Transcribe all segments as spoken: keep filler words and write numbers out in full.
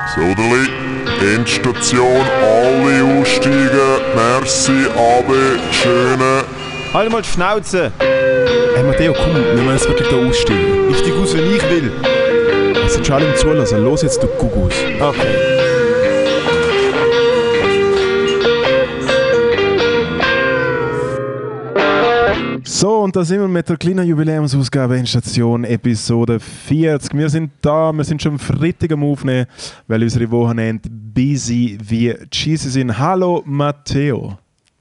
Soderli, Endstation, alle aussteigen, merci, Abe, schöne. Halt mal die Schnauze! Hey Matteo, komm, wir müssen jetzt wirklich da aussteigen. Ich steig aus, wenn ich will. Es sind schon alle im Zulassen. Los jetzt, du Gugus. Okay. So, und da sind wir mit der kleinen Jubiläumsausgabe in Station Episode vierzig. Wir sind da, wir sind schon am Freitag am Aufnehmen, weil unsere Wochenende busy wie cheesy sind. Hallo Matteo.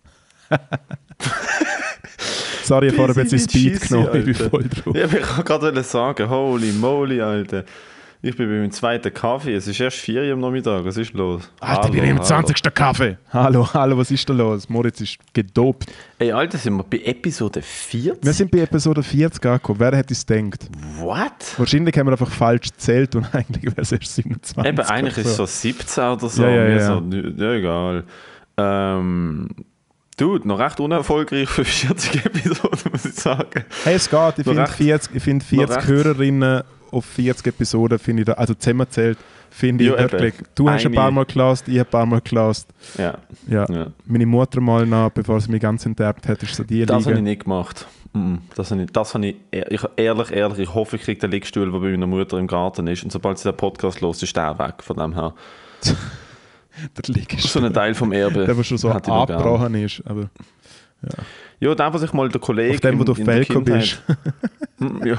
Sorry, ich habe vorher ein bisschen Speed genommen, ich bin voll drauf. Ja, ich kann gerade sagen, holy moly, Alter. Ich bin bei meinem zweiten Kaffee, es ist erst vier Uhr am Nachmittag, was ist los? Alter, hallo, wir haben den zwanzigsten Kaffee. Hallo, hallo, was ist da los? Moritz ist gedopt. Ey, Alter, sind wir bei Episode vierzig? Wir sind bei Episode vierzig angekommen, wer hätte es gedacht? What? Wahrscheinlich haben wir einfach falsch gezählt und eigentlich wäre es erst siebenundzwanzig. Eben, eigentlich ist es so siebzehn oder so. Ja, ja, ja. So, ja egal. Ähm... Dude, noch recht unerfolgreich für vierzig Episoden, muss ich sagen. Hey, es geht. Ich finde vierzig, find vierzig Hörerinnen auf vierzig Episoden, finde ich, da, also zusammengezählt, finde ich wirklich. Du hast ein paar Mal gelassen, ich ein paar Mal gelassen. Ja. Ja. Ja. Meine Mutter mal nach, bevor sie mich ganz enterbt hat, ist so die Das Liga. habe ich nicht gemacht. Das habe ich, das habe ich, ich ehrlich, ehrlich, ich hoffe, ich kriege den Liegstuhl, der bei meiner Mutter im Garten ist. Und sobald sie den Podcast los ist, der weg von dem her. Der Liegstuhl. So ein Teil vom Erbe. Der, der schon so abgebrochen ist. Aber, ja. ja, der, was ich mal der Kollege. Auf dem, wo du auf Felko bist. Ja.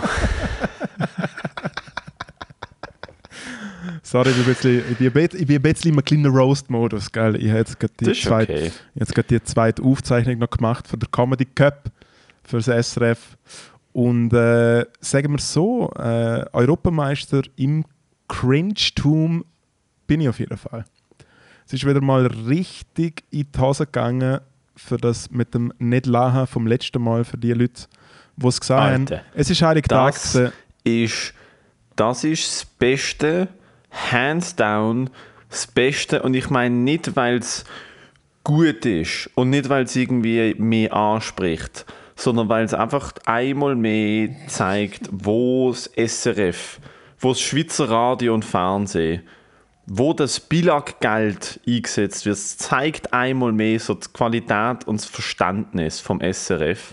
Sorry, ich bin, bisschen, ich, bin ein bisschen, ich bin ein bisschen im kleinen Roast-Modus. Gell? Ich habe jetzt gerade die, zweite, okay. jetzt gerade die zweite Aufzeichnung noch gemacht von der Comedy Cup für das S R F. Und äh, sagen wir so, äh, Europameister im Cringe-Tum bin ich auf jeden Fall. Es ist wieder mal richtig in die Hose gegangen für das mit dem Nicht-Lachen vom letzten Mal für die Leute, die es gesagt haben. Es ist Heilig Tag. Das ist, das ist das Beste, hands down, das Beste. Und ich meine nicht, weil es gut ist und nicht, weil es irgendwie mehr anspricht, sondern weil es einfach einmal mehr zeigt, wo das S R F, wo das Schweizer Radio und Fernsehen, wo das Billag-Geld eingesetzt wird, zeigt einmal mehr so die Qualität und das Verständnis vom S R F.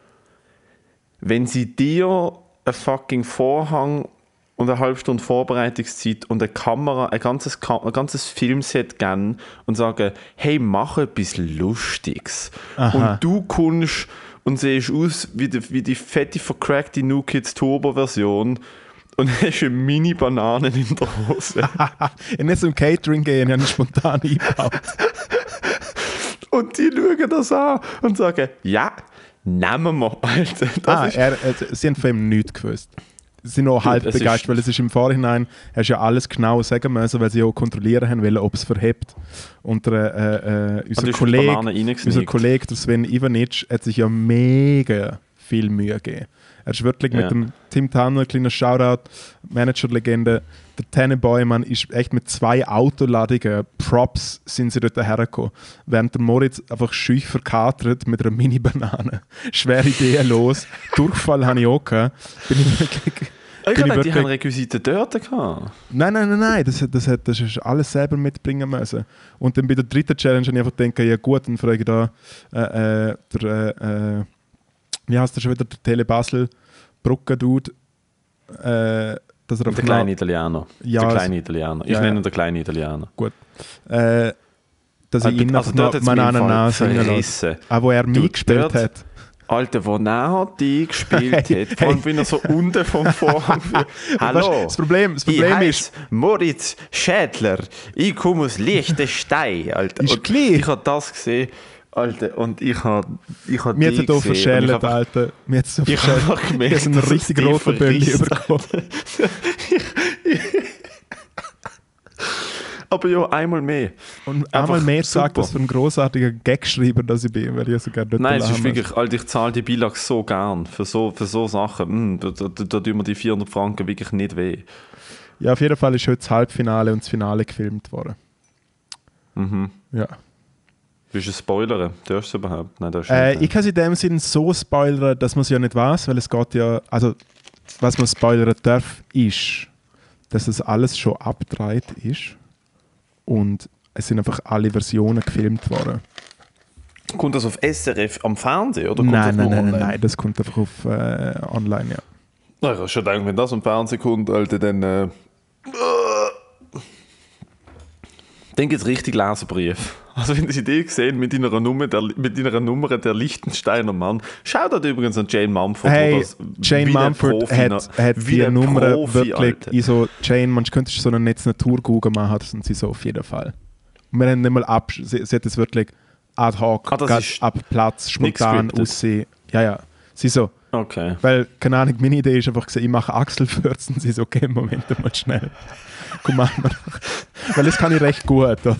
Wenn sie dir einen fucking Vorhang und eine halbe Stunde Vorbereitungszeit und eine Kamera, ein ganzes, ein ganzes Filmset geben und sagen, hey, mach etwas Lustiges. Aha. Und du kommst und siehst aus wie die, wie die fette, vercrackte New Kids Turbo-Version und hast eine Mini-Banane in der Hose. Ich nicht zum Catering gehen, ich habe spontan eingebaut. Und die schauen das an und sagen, ja, nehmen wir, Alter. Das ah, ist er, er, sie haben von ihm nichts gewusst. Sie sind noch halb begeistert, weil es ist im Vorhinein, hast ja alles genau sagen müssen, weil sie auch kontrollieren haben wollen, ob es verhebt. Und der, äh, äh, unser, Kollege, unser Kollege, der Sven Ivanic, hat sich ja mega viel Mühe gegeben. Er ist wirklich ja. mit dem Tim Tanner, kleiner Shoutout, Manager-Legende, der Tannenbäumann ist echt mit zwei Autoladungen, Props sind sie dort hergekommen. Während der Moritz einfach schüch verkatert mit einer Mini-Banane. Schwere Ideen los. Durchfall habe ich auch gehabt. Bin ich wirklich... Ich glaube, wirklich... die haben Requisiten dort gehabt. Nein, nein, nein, nein. Das, das, das, das ist alles selber mitbringen müssen. Und dann bei der dritten Challenge habe ich einfach gedacht, ja gut, dann frage ich da äh, äh, der... Äh, wie heißt der schon wieder, der Tele Basel Bruggen-Dude? Äh, der kleine Italiener. Ja, der kleine Italiener. Ich ja, nenne ihn den kleinen Italiener. Gut. Äh, dass ich ihn also noch Manana singen lasse. Auch wo er mitgespielt hat. Alter, wo er die gespielt hey, hat, vor allem wenn er so unten vom Vorhang Hallo, das Problem, das Problem ich ist... Moritz Schädler, ich komme aus Liechtenstein, Alter. Ist klar. Ich habe das gesehen, Alter, und ich habe ich hab mir hat es hier verschält, Alter. Mir hat es so verschält. Wir sind einen richtig roten Bölli übergekommen. Aber ja, einmal mehr. Und einmal einfach mehr sagt das für einen grossartigen Gagschreiber, dass ich bin, weil ich sogar dort Nein, es ist wirklich, Alter, ich zahle die Beilage so gern für so, für so Sachen. Mm, da, da, da tun mir die vierhundert Franken wirklich nicht weh. Ja, auf jeden Fall ist heute das Halbfinale und das Finale gefilmt worden. Mhm. Ja. Willst du spoilern? Darfst du es überhaupt? Nein, darfst du äh, nicht. Ich kann es in dem Sinn so spoilern, dass man es ja nicht weiß, weil es geht ja, also was man spoilern darf, ist, dass es alles schon abgedreht ist. und es sind einfach alle Versionen gefilmt worden. Kommt das auf S R F am Fernsehen? Oder kommt nein, das nein, nein, online? nein, das kommt einfach auf äh, online, ja. Na, ich habe schon gedacht, wenn das am Fernsehen kommt, Alter, dann... Äh, dann gibt es richtig Leserbrief. Also wenn ihr die Idee gesehen mit deiner Nummer, der, mit deiner Nummer der Liechtensteiner Mann. Schau da übrigens an Jane Mumford. Hey, das, Jane Mumford hat, hat die Nummer wirklich Alter. in so, Jane, man könnte so eine Netz Natur googeln machen, das sind sie so auf jeden Fall. Und wir haben nicht mal ab, sie, sie hat es wirklich ad hoc, ah, ab Platz, spontan aussehen. Ja, ja. Sie so. Okay. Weil, keine Ahnung, meine Idee ist einfach, ich mache Achselfürzen und sie so, okay, Moment mal schnell. Komm, machen wir doch. Weil das kann ich recht gut. Oder?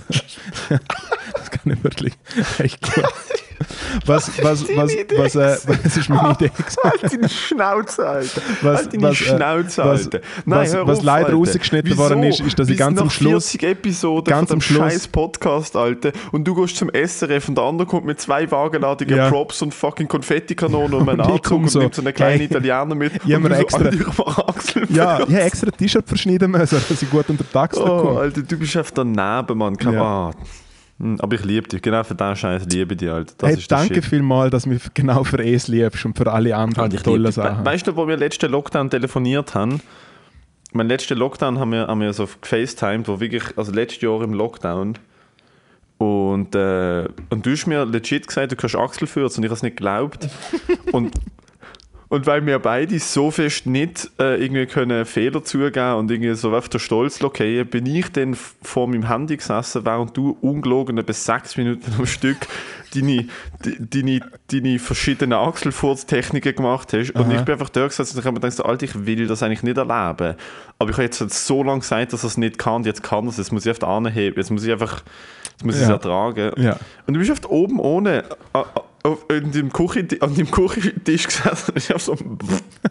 Das kann ich wirklich recht gut. Was, was, was, was, äh, was ist meine Idee? Halt deine Schnauze, Alter. Was, halt deine was, Schnauze, was, Alter. Nein, was, hör was auf, leider Alter. rausgeschnitten Wieso? worden ist, ist, dass ich ganz am Schluss... vierzig Episoden ganz von dem am Schluss, scheiß Podcast, Alter, und du gehst zum S R F und der andere kommt mit zwei wagenladigen ja. Props und fucking Konfettikanonen um einen Und ich Anzug komm und so, nimmt so einen kleinen hey, Italiener mit ich und hab mir du extra- so, Alter, ich mach Achsel. Ja, ich habe extra ein T-Shirt verschneiden müssen, dass ich gut unter den Tag Oh, komme. Alter, du bist einfach daneben, Mann. Kein Ja. ah. Aber ich liebe dich. Genau für diesen Scheiß liebe ich dich, Alter. Das Hey, ist der danke Shit. vielmals, dass du mich genau für es liebst und für alle anderen Alter, ich tolle liebe dich. Sachen. Weißt du, wo wir letzten Lockdown telefoniert haben? Mein letzten Lockdown haben wir, haben wir so gefacetimed, wo wirklich, also letztes Jahr im Lockdown. Und, äh, und du hast mir legit gesagt, du kannst Achselfürzen und ich habe es nicht geglaubt. und, und weil wir beide so fest nicht äh, irgendwie können Fehler zugeben und irgendwie so auf den Stolz lockieren, bin ich dann f- vor meinem Handy gesessen, während du ungelogen etwa sechs Minuten am Stück deine, die- deine, deine verschiedenen Achselfurztechniken gemacht hast. Und Aha. ich bin einfach da gesessen und ich habe mir gedacht, Alter, ich will das eigentlich nicht erleben. Aber ich habe jetzt so lange gesagt, dass er es nicht kann, und jetzt kann er es. Jetzt muss ich einfach anheben. Jetzt muss ich einfach jetzt muss ich es Ja. ertragen. Ja. Und du bist oft oben ohne äh, auf, in dem Küche, an dem Küchentisch gesessen und ich habe so... Und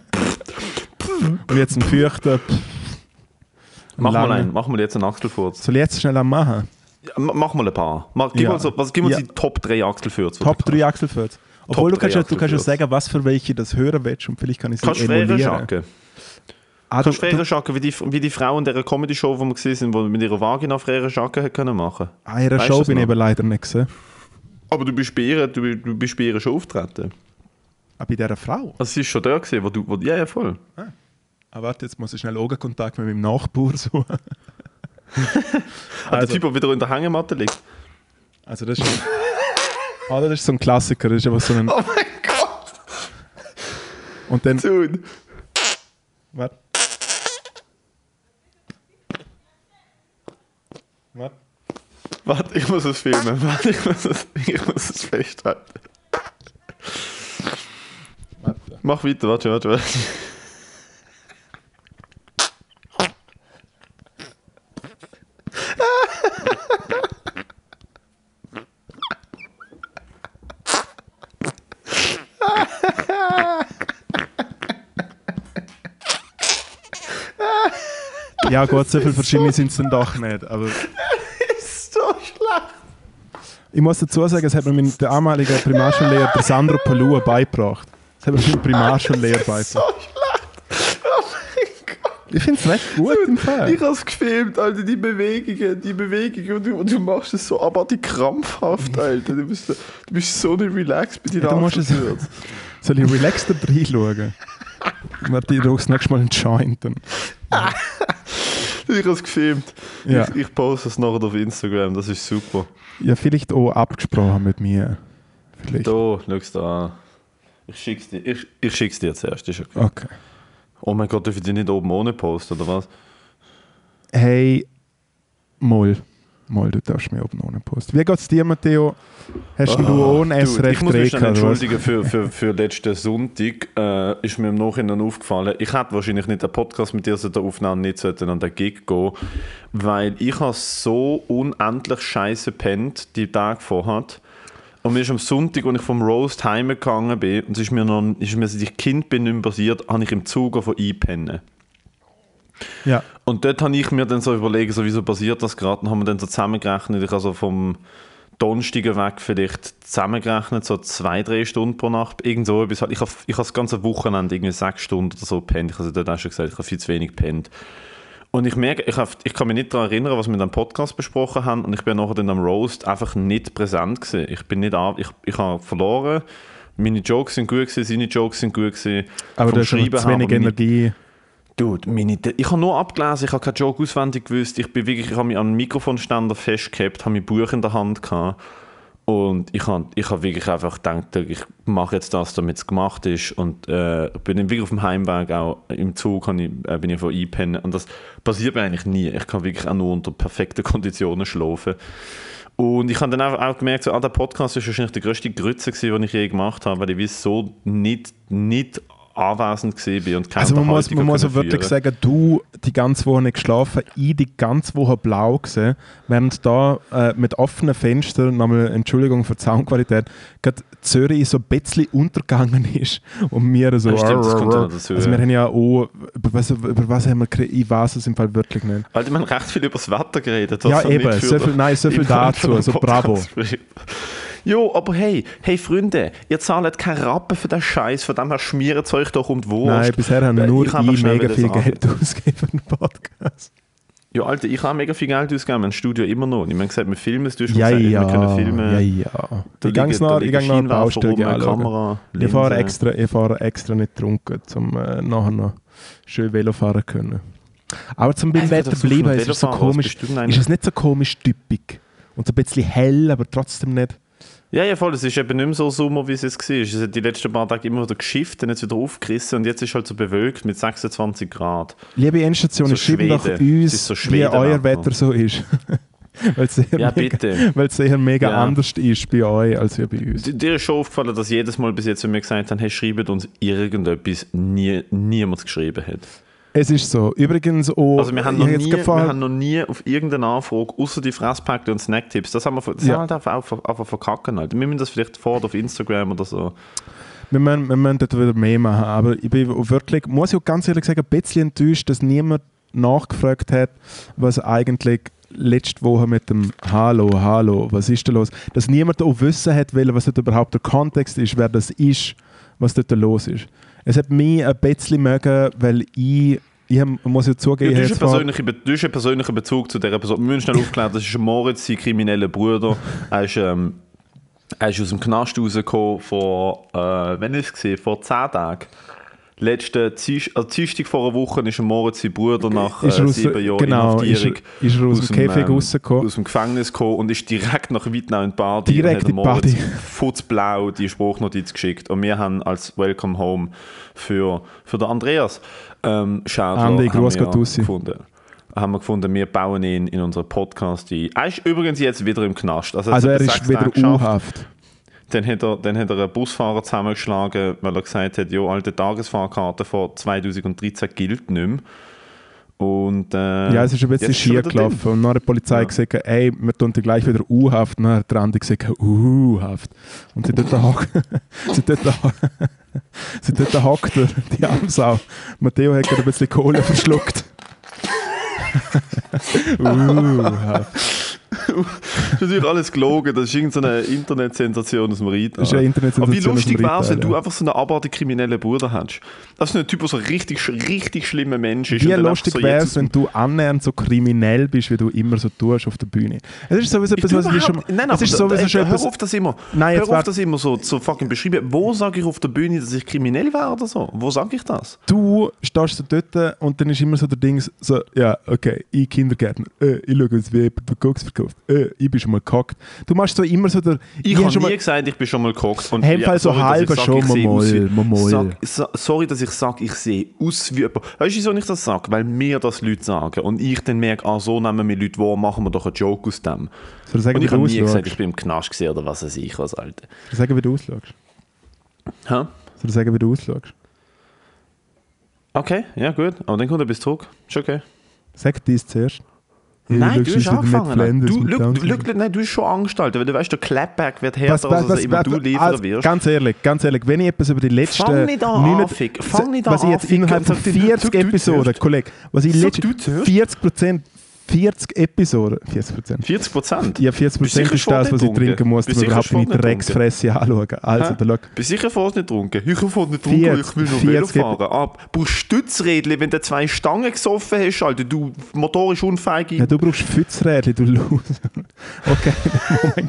jetzt ein Fürchter. Mach mal einen, mach mal jetzt einen Achselfurz. Soll ich jetzt schnell einen machen? Ja, ma- mach mal ein paar. Mach, gib Ja. uns, so, was, gib uns Ja. die Top drei Achselfürze. Top drei Achselfürze. Obwohl, du drei kannst, ja, du kannst ja Achselfürze. sagen, was für welche das hören willst und vielleicht kann ich sie Kannst du Frere emulieren. schacken? Ah, du, Kannst du Frere du, schacken, wie die, wie die Frau in dieser Comedy-Show, wo wir gesehen sind, wo mit ihrer Vagina Frere schacken hat können machen. ah, ihre Weißt Show du das bin ich noch? eben leider nicht gesehen. Aber du bist bei ihr, du, du bist bei ihr schon auftreten. Ah, bei dieser Frau? Also sie ist schon da gewesen, wo du... Wo, ja, ja, voll. Ah, warte, jetzt muss ich schnell Augenkontakt mit meinem Nachbar suchen. Ah, der Typ, der wieder in der Hängematte liegt. Also das ist, ah, das ist so ein Klassiker. Das ist aber so ein... Oh mein Gott! Und dann... Dude. Warte. Warte. Warte, ich muss es filmen. Warte, ich muss es, ich muss es festhalten. Warte. Mach weiter, warte, warte, warte. Ja gut, so viele verschiedene sind es dann doch nicht. Aber Ist so schlecht. ich muss dazu sagen, es hat mir mein damaliger Primarschullehrer, der Sandro Palua, beigebracht. Das hat mir mein Primarschullehrer So beigebracht. schlecht. Oh mein Gott. Ich finde es recht gut im Fall. Ich hab's gefilmt, Alter, die Bewegungen, die Bewegungen und du, und du machst es so abartig krampfhaft, Alter. Du bist, so- du bist so nicht relaxed bei deinen Ja, du musst es- Achselfürzen. Soll ich relaxter reinschauen? Warte, ich rauche das nächste Mal einen Joint. Dann. Ich hab's gefilmt. Ja. Ich, ich poste es nachher auf Instagram, das ist super. Ja, vielleicht auch abgesprochen mit mir. Vielleicht. Da, schau's da an. Ich schick's dir, ich, ich schick's dir zuerst, ist okay. Okay. Oh mein Gott, darf ich die nicht oben ohne posten, oder was? Hey, Moll. Moll, du darfst mir oben ohne posten. Wie geht's dir, Matteo? Hast du Oh, ohne S dude, R ich F muss drei mich dann gehabt, oder was? entschuldigen für, für, für letzten Sonntag. Äh, ist mir im Nachhinein aufgefallen, ich hätte wahrscheinlich nicht den Podcast mit dir so der Aufnahme nicht sollten an den Gig gehen, weil ich habe so unendlich scheiße pennt die Tage vorher. Und mir ist am Sonntag, als ich vom Roast heimgegangen bin, und es ist mir, noch, ist mir seit ich Kind bin nicht mehr passiert, habe ich im Zug von einpennen. Ja. Und dort habe ich mir dann so überlegt, so, wieso passiert das gerade? Und haben wir dann so zusammengerechnet, ich also vom Donnerstag weg vielleicht zusammengerechnet, so zwei, drei Stunden pro Nacht, irgend so etwas. Ich habe ich hab das ganze Wochenende irgendwie sechs Stunden oder so gepennt. Ich habe also dort auch schon gesagt, ich habe viel zu wenig gepennt. Und ich merke, ich, hab, ich kann mich nicht daran erinnern, was wir in einem Podcast besprochen haben und ich bin nachher in einem Roast einfach nicht präsent gewesen. Ich bin nicht ab, ich, ich habe verloren, meine Jokes sind gut gewesen, seine Jokes sind gut gewesen. Aber du hast zu wenig Energie. Dude, meine, ich habe nur abgelesen, ich habe keinen Joke auswendig gewusst, ich bin wirklich, ich habe mich an den Mikrofonständer festgehabt, habe mein Buch in der Hand gehabt und ich habe, ich habe wirklich einfach gedacht, ich mache jetzt das, damit es gemacht ist und äh, bin dann wirklich auf dem Heimweg, auch im Zug ich, äh, bin ich von einpennen und das passiert mir eigentlich nie, ich kann wirklich auch nur unter perfekten Konditionen schlafen. Und ich habe dann auch, auch gemerkt, so, ah, der Podcast war wahrscheinlich die grösste Grütze, die ich je gemacht habe, weil ich so nicht, nicht anwesend war und keine Also man muss, man muss auch wirklich sagen, du die ganze Woche nicht geschlafen, ich die ganze Woche blau gesehen, während da äh, mit offenen Fenstern, nochmal Entschuldigung für die Soundqualität, gerade Zürich so ein bisschen untergegangen ist und wir so... Ja, stimmt, das kommt dann dazu, also wir haben ja auch... Über was, über was haben wir geredet? Ich weiß es im Fall wirklich nicht. Alter, wir haben recht viel über das Wetter geredet. Ja eben, so viel, nein, so viel dazu, so bravo. Jo, aber hey, hey Freunde, ihr zahlt keinen Rappen für den Scheiß, von dem her schmiert es euch doch um die Wurst. Nein, bisher haben nur ich, ich mega viel sagen. Geld ausgegeben für den Podcast. Ja, Alter, ich habe mega viel Geld ausgegeben, im Studio immer noch. Ich meine, gesagt, wir filmen es, du hast ja, gesagt, ja, wir können filmen. Ja, ja. Ich gehe noch, ich gehe noch ein Baustücke anschauen. Ich fahre extra, ich fahre extra nicht trunken, um äh, nachher noch schön Velo fahren zu können. Aber zum beim Wetter bleiben, ist es so komisch, ist es nicht so komisch typisch. Und so ein bisschen hell, aber trotzdem nicht. Ja, ja, voll. Es ist eben nicht mehr so Sommer, wie es jetzt war. Es hat die letzten paar Tage immer wieder geschifft, dann jetzt wieder aufgerissen und jetzt ist es halt so bewölkt mit sechsundzwanzig Grad. Liebe Endstation, so schreibt doch uns, so wie euer Wetter so ist. Weil es sehr, ja, mega, sehr mega ja. anders ist bei euch als bei uns. Dir ist schon aufgefallen, dass jedes Mal bis jetzt, wenn wir gesagt haben, hey, schreibt uns irgendetwas, nie, niemand geschrieben hat. Es ist so. Übrigens auch... Also wir haben, noch nie, wir haben noch nie auf irgendeine Anfrage, außer die Fresspackte und Snacktipps, das haben wir, das ja. haben wir halt einfach, einfach verkacken. Halt. Wir müssen das vielleicht fordern auf Instagram oder so. Wir müssen, wir müssen dort wieder mehr machen, aber ich bin wirklich, muss ich auch ganz ehrlich sagen, ein bisschen enttäuscht, dass niemand nachgefragt hat, was eigentlich letzte Woche mit dem Hallo, Hallo, was ist da los? Dass niemand auch wissen hat, was dort überhaupt der Kontext ist, wer das ist, was dort los ist. Es hat mich ein bisschen mögen, weil ich, ich muss ja zugeben... Ja, du, hast Be- du hast einen persönlichen Bezug zu dieser Person. Wir müssen schnell aufklären, das ist Moritz, sein krimineller Bruder. Er ist, ähm, er ist aus dem Knast rausgekommen vor, äh, wann ist es? Vor zehn Tagen. Letzte Dienstag vor einer Woche ist Moritz, sein Bruder, nach äh, sieben Jahren genau, Inhaftierung ist, ist er aus, aus dem Käfig ähm, rausgekommen. Aus dem Gefängnis gekommen und ist direkt nach Weitnau in die Badi. Direkt in die Badi. Futzblau die Spruchnotiz geschickt. Und wir haben als Welcome Home für, für den Andreas ähm, Schädler Andi, haben wir gefunden. haben wir gefunden, wir bauen ihn in unseren Podcast ein. Er ist übrigens jetzt wieder im Knast. Also, also er ist wieder U-Haft. Dann hat, er, dann hat er einen Busfahrer zusammengeschlagen, weil er gesagt hat, ja, alte Tagesfahrkarte von zweitausenddreizehn gilt nicht mehr. Und, äh, ja, es ist ein bisschen schier gelaufen. Und dann hat die Polizei ja. gesagt, ey, wir tun die gleich wieder U-Haft. Und dann hat der andere gesagt, U-Haft. Und sie dort hockt, sie dort, sie dort hockt, die Armsau. Matteo hat gerade ein bisschen Kohle verschluckt. U-Haft. Das ist natürlich alles gelogen, das ist irgendeine Internetsensation aus dem Ried. Das ist eine Internetsensation. Aber wie lustig wäre es, wenn du einfach so einen abartig kriminellen Bruder hättest. Das ist ein Typ, der so ein richtig, richtig schlimmer Mensch ist. Wie lustig so wäre es, wenn du annähernd so kriminell bist, wie du immer so tust auf der Bühne. Es ist sowieso etwas, was ich schon... Nein, aber ist sowieso schon hör auf das immer, nein, hör auf das immer so, so fucking beschreiben. Wo sage ich auf der Bühne, dass ich kriminell wäre oder so? Wo sage ich das? Du stehst so dort und dann ist immer so der Ding so, ja, okay, ich Kindergärtner, äh, ich schaue uns, wie jemand Koks verkauft. Äh, ich bin schon mal gehackt. Du machst so immer so der... Ich, ich habe nie mal, gesagt, ich bin schon mal gehackt. Und ja, so halber schon mal, mal, mal. Sag, sorry, dass ich sage, ich sehe aus wie jemand. Weißt du, wieso ich das sage? Weil mir das Leute sagen. Und ich dann merke, ah, so nehmen wir Leute wahr, machen wir doch einen Joke aus dem. Soll ich sagen, und ich habe nie gesagt, ich bin im Knast gesehen oder was weiß ich, was, Alter. Soll ich sagen, wie du ausschaust? Hä? Soll ich sagen, wie du ausschaust? Okay, ja, gut. Aber dann kommt er bis zurück. Ist okay. Sag dies zuerst. Nein, du hast angefangen. Du, look, look, nein, du hast schon Angst, Alter, weil du weißt, der Clapback wird härter, als was, immer du liefern also, wirst. Ganz ehrlich, ganz ehrlich, wenn ich etwas über die letzten... Fang nicht an, neunundneunzig, Fang nicht an, was ich jetzt innerhalb von vierzig Episoden, Kollege, was ich letzten vierzig Prozent vierzig Episoden. vierzig Prozent. vierzig Prozent? Ja, vierzig Prozent ist das, was ich trinken muss, um überhaupt meine Drecksfresse anschauen. Also, da schau. Bist du sicher vorher nicht getrunken? Ich habe vorher nicht getrunken, ich will noch Velo fahren. Ah, du brauchst Stützrädchen, wenn du zwei Stangen gesoffen hast, Alter. Du motorisch unfähig. Ja, du brauchst Pfützrädchen, du Loser. Okay, oh mein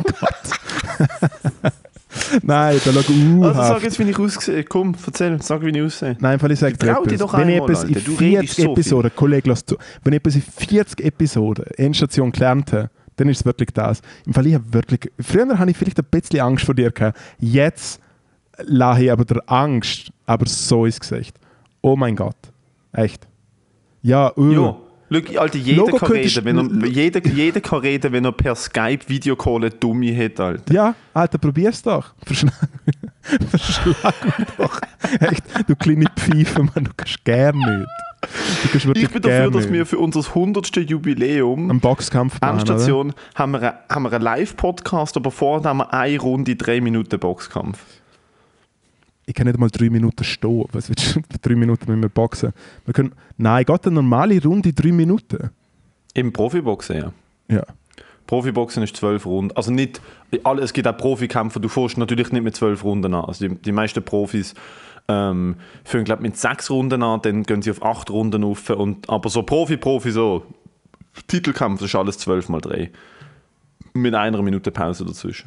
Gott. Nein, da schau uh, Also sag jetzt, wie ich aussehe. Komm, erzähl, sag, wie ich aussehe. Nein, weil ich sage dir etwas. Wenn ich etwas in vierzig Episoden, Kollege, lass zu, wenn ich etwas in vierzig Episoden Endstation gelernt habe, dann ist es wirklich das. Im Fall, ich habe wirklich, früher habe ich vielleicht ein bisschen Angst vor dir gehabt. Jetzt lache ich aber der Angst, aber so ins Gesicht. Oh mein Gott. Echt. Ja, uh. Jo. Look, Alter, jeder Logo kann reden, wenn er, jeder, jeder kann reden, wenn er per Skype Videocall eine Dumme hat, Alter. Ja, Alter, probier's doch. Verschlag, Verschlag mich doch. Echt, du kleine Pfeife, Mann, du kannst gar nicht. Du kannst ich bin dafür, dass wir für unser hundertstes Jubiläum am Boxkampf machen, Endstation haben wir, haben wir einen Live-Podcast, aber vorher haben wir eine Runde drei Minuten Boxkampf. Ich kann nicht mal drei Minuten stehen. Was willst du? Drei Minuten müssen wir boxen. Wir können, nein, geht eine normale Runde drei Minuten? Im Profiboxen, ja. Ja. Profiboxen ist zwölf Runden. Also nicht, es gibt auch Profikämpfe, du fährst natürlich nicht mit zwölf Runden an. Also die, die meisten Profis ähm, fangen, glaube ich, mit sechs Runden an, dann gehen sie auf acht Runden rauf. Und, aber so Profi-Profi, so Titelkampf, das ist alles zwölf mal drei. Mit einer Minute Pause dazwischen.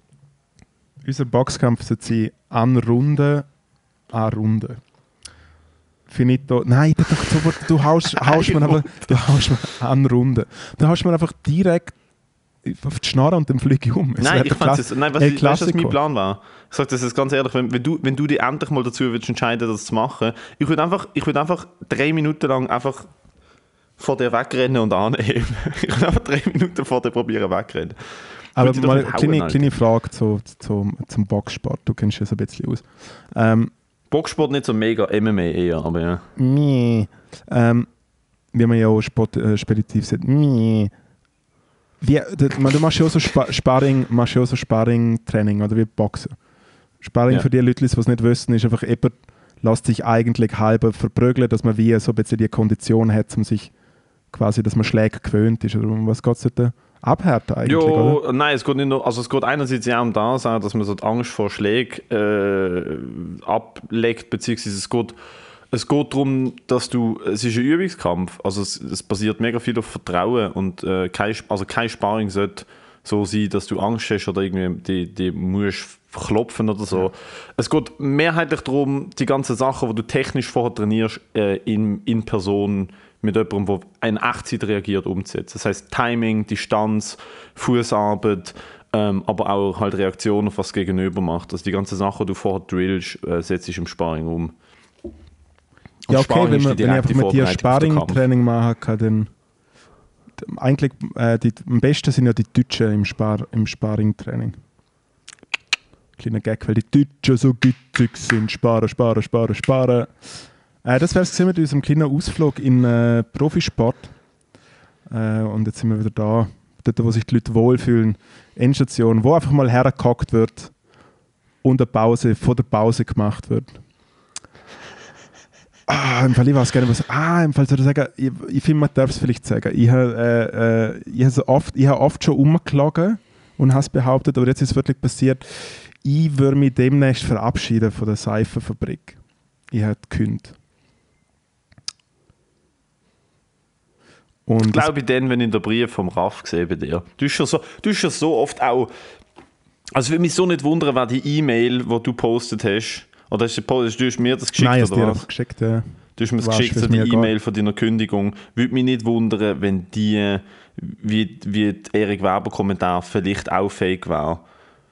Unser Boxkampf sollte sein, an Runde, an Runde. Finito. Nein, das doch sofort, du haust, haust mir einfach, du haust mir an Runde. Du haust mir einfach direkt auf die Schnarre und dann fliege ich um. Es nein, ich fand's jetzt, nein, was, ich, weißt du, was mein Plan war? Ich sage das jetzt ganz ehrlich, wenn, wenn, du, wenn du dich endlich mal dazu willst, entscheiden, das zu machen, ich würde einfach, ich würd einfach drei Minuten lang einfach vor dir wegrennen und anheben. Ich würde einfach drei Minuten vor dir probieren wegrennen. Aber mal eine kleine, kleine Frage zu, zu, zum Boxsport. Du kennst das ein bisschen aus. Ähm, Boxsport nicht so mega, M M A eher, aber ja. Nee. Ähm, wie man ja auch Sport, äh, speditiv sagt. Nee. Wie, du, du machst ja auch so Spa- Sparring, machst ja auch so Sparring-Training oder wie Boxen. Sparring, ja. Für die Leute, die es nicht wissen, ist einfach jemand lässt sich eigentlich halber verprügeln, dass man wie so ein bisschen die Kondition hat, um sich quasi, dass man Schläge gewöhnt ist. Oder um was geht es da? Abhärten eigentlich, jo, oder? Nein, es geht nicht nur, also es geht einerseits ja um das, dass man so die Angst vor Schlägen äh, ablegt, beziehungsweise es geht, es geht darum, dass du, es ist ein Übungskampf, also es, es basiert mega viel auf Vertrauen und äh, kein, also kein Sparring sollte so sein, dass du Angst hast oder irgendwie die, die musst klopfen oder so. Ja. Es geht mehrheitlich darum, die ganzen Sachen, die du technisch vorher trainierst, äh, in, in Person mit jemandem, der in Echtzeit reagiert, umzusetzen. Das heisst Timing, Distanz, Fußarbeit, ähm, aber auch halt Reaktion auf was das Gegenüber macht. Also die ganzen Sachen, die du vorher drillst, äh, setzt du im Sparring um. Und ja, okay, wenn, man, wenn ich einfach mit dir Sparring-Training machen kann, dann eigentlich äh, die, am besten sind ja die Deutschen im, Spar, im Sparring-Training. Kleiner Gag, weil die Deutschen so gütig sind. Sparen, sparen, sparen, sparen. Äh, das wäre es mit unserem kleinen Ausflug in äh, Profisport. Äh, und jetzt sind wir wieder da, dort, wo sich die Leute wohlfühlen. Endstation, wo einfach mal hergehackt wird und eine Pause, vor der Pause gemacht wird. Ah, im Fall, ich weiß gerne was. Ah, im Fall soll ich sagen, ich, ich finde, man darf es vielleicht sagen. Ich habe äh, äh, ich hab so oft, hab oft schon umgeklagen und habe es behauptet, aber jetzt ist es wirklich passiert. Ich würde mich demnächst verabschieden von der Seifenfabrik. Ich habe gekündigt. Und ich glaube dann, wenn ich den Brief vom Raff sehe bei dir. Du hast ja so, du hast ja so oft auch. Also, würde mich so nicht wundern, wer die E-Mail, die du postet hast. Oder hast du, du hast mir das geschickt? Nein, oder was? Geschickt, ja. Du hast mir das was, geschickt, so die E-Mail von deiner Kündigung. Würde mich nicht wundern, wenn die, wie, wie Erik Weber-Kommentar vielleicht auch fake war.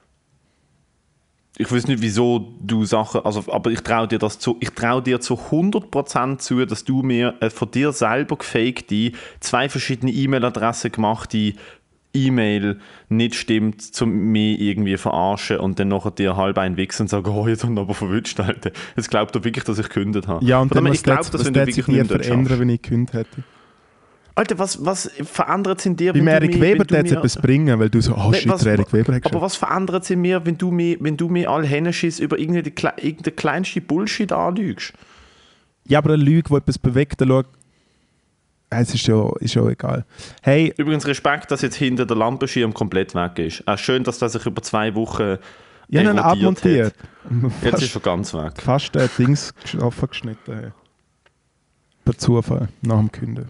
Ich weiß nicht, wieso du Sachen, also, aber ich traue dir das zu, ich traue dir zu hundert Prozent zu, dass du mir äh, von dir selber gefakte, zwei verschiedene E-Mail-Adressen gemachte E-Mail nicht stimmt, um mich irgendwie verarschen und dann nachher dir halb einwichsen und sagen, oh, jetzt haben wir aber verwünscht, Alter. Jetzt glaubt er wirklich, dass ich gekündigt habe. Ja, und dann, ich glaube, dass wenn du wirklich nicht verändern, wenn ich gekündigt hätte. Alter, was, was verändert es in dir, wenn Bei Erik Weber wird es etwas bringen, weil du so, oh shit, was, Erik Weber hat Aber was verändert es in mir, wenn du mir, wenn du mir alle Hänneschiss über irgendeine, irgendeine kleinste Bullshit anlügst? Ja, aber eine Lüge, die etwas bewegt, schau, Es ist ja, ist ja egal. Hey, übrigens Respekt, dass jetzt hinter der Lampenschirm komplett weg ist. Auch schön, dass das sich über zwei Wochen ja, nein, abmontiert. Jetzt ist er ganz weg. Fast ein Dings aufgeschnitten. Hey. Per Zufall, nach dem Künden.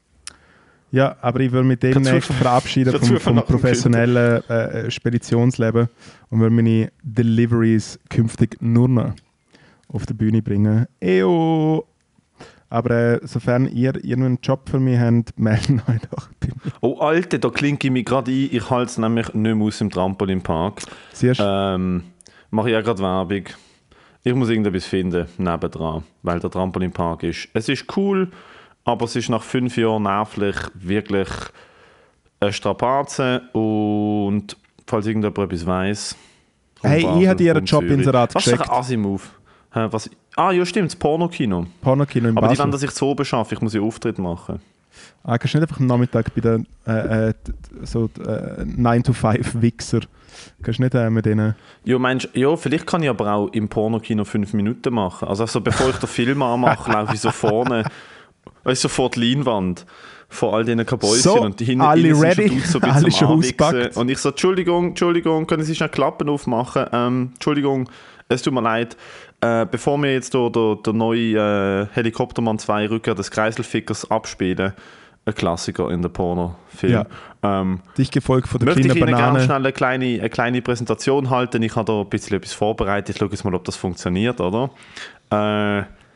Ja, aber ich will mit dem nächsten verabschieden vom, vom professionellen äh, Speditionsleben und will meine Deliveries künftig nur noch auf die Bühne bringen. Eyo! Aber äh, sofern ihr irgendeinen Job für mich habt, meldet euch doch bei mir. Oh Alter, da klinke ich mich gerade ein. Ich halte es nämlich nicht mehr aus dem Trampolinpark. Siehst du? Ähm, mache ich auch gerade Werbung. Ich muss irgendetwas finden, nebendran, weil der Trampolinpark ist. Es ist cool, aber es ist nach fünf Jahren nervlich wirklich eine Strapaze. Und falls irgendjemand etwas weiss... Hey, ich habe dir einen Job Inserat geschickt. Was ist ein Asimov? Was? Ah, ja stimmt, das Pornokino. Pornokino in Aber Basel. die wollen, dass ich zu oben schaffe, ich muss ja Auftritt machen. Ah, kannst du nicht einfach am Nachmittag bei den äh, äh, so äh, nine to five Wichser, kannst du nicht äh, mit denen... Ja, meinst, ja, vielleicht kann ich aber auch im Pornokino fünf Minuten machen. Also, also bevor ich den Film anmache, laufe ich so vorne, weißt du, so vor die Leinwand von all diesen Kabäuschen so, und die hinten alle innen ready, sind schon so ein alle bisschen schon am ausgepackt. Und ich so, Entschuldigung, Entschuldigung, können Sie schnell Klappen aufmachen? Ähm, Entschuldigung, es tut mir leid. Äh, bevor wir jetzt hier der, der neue äh, Helikoptermann zwei Rückkehr des Kreiselfickers abspielen, ein Klassiker in der Pornofilm. Ja. Ähm, Dich gefolgt von der möchte kleinen ich Ihnen Banane. ganz schnell eine kleine, eine kleine Präsentation halten. Ich habe da ein bisschen etwas vorbereitet. Ich schaue jetzt mal, ob das funktioniert, oder? Äh,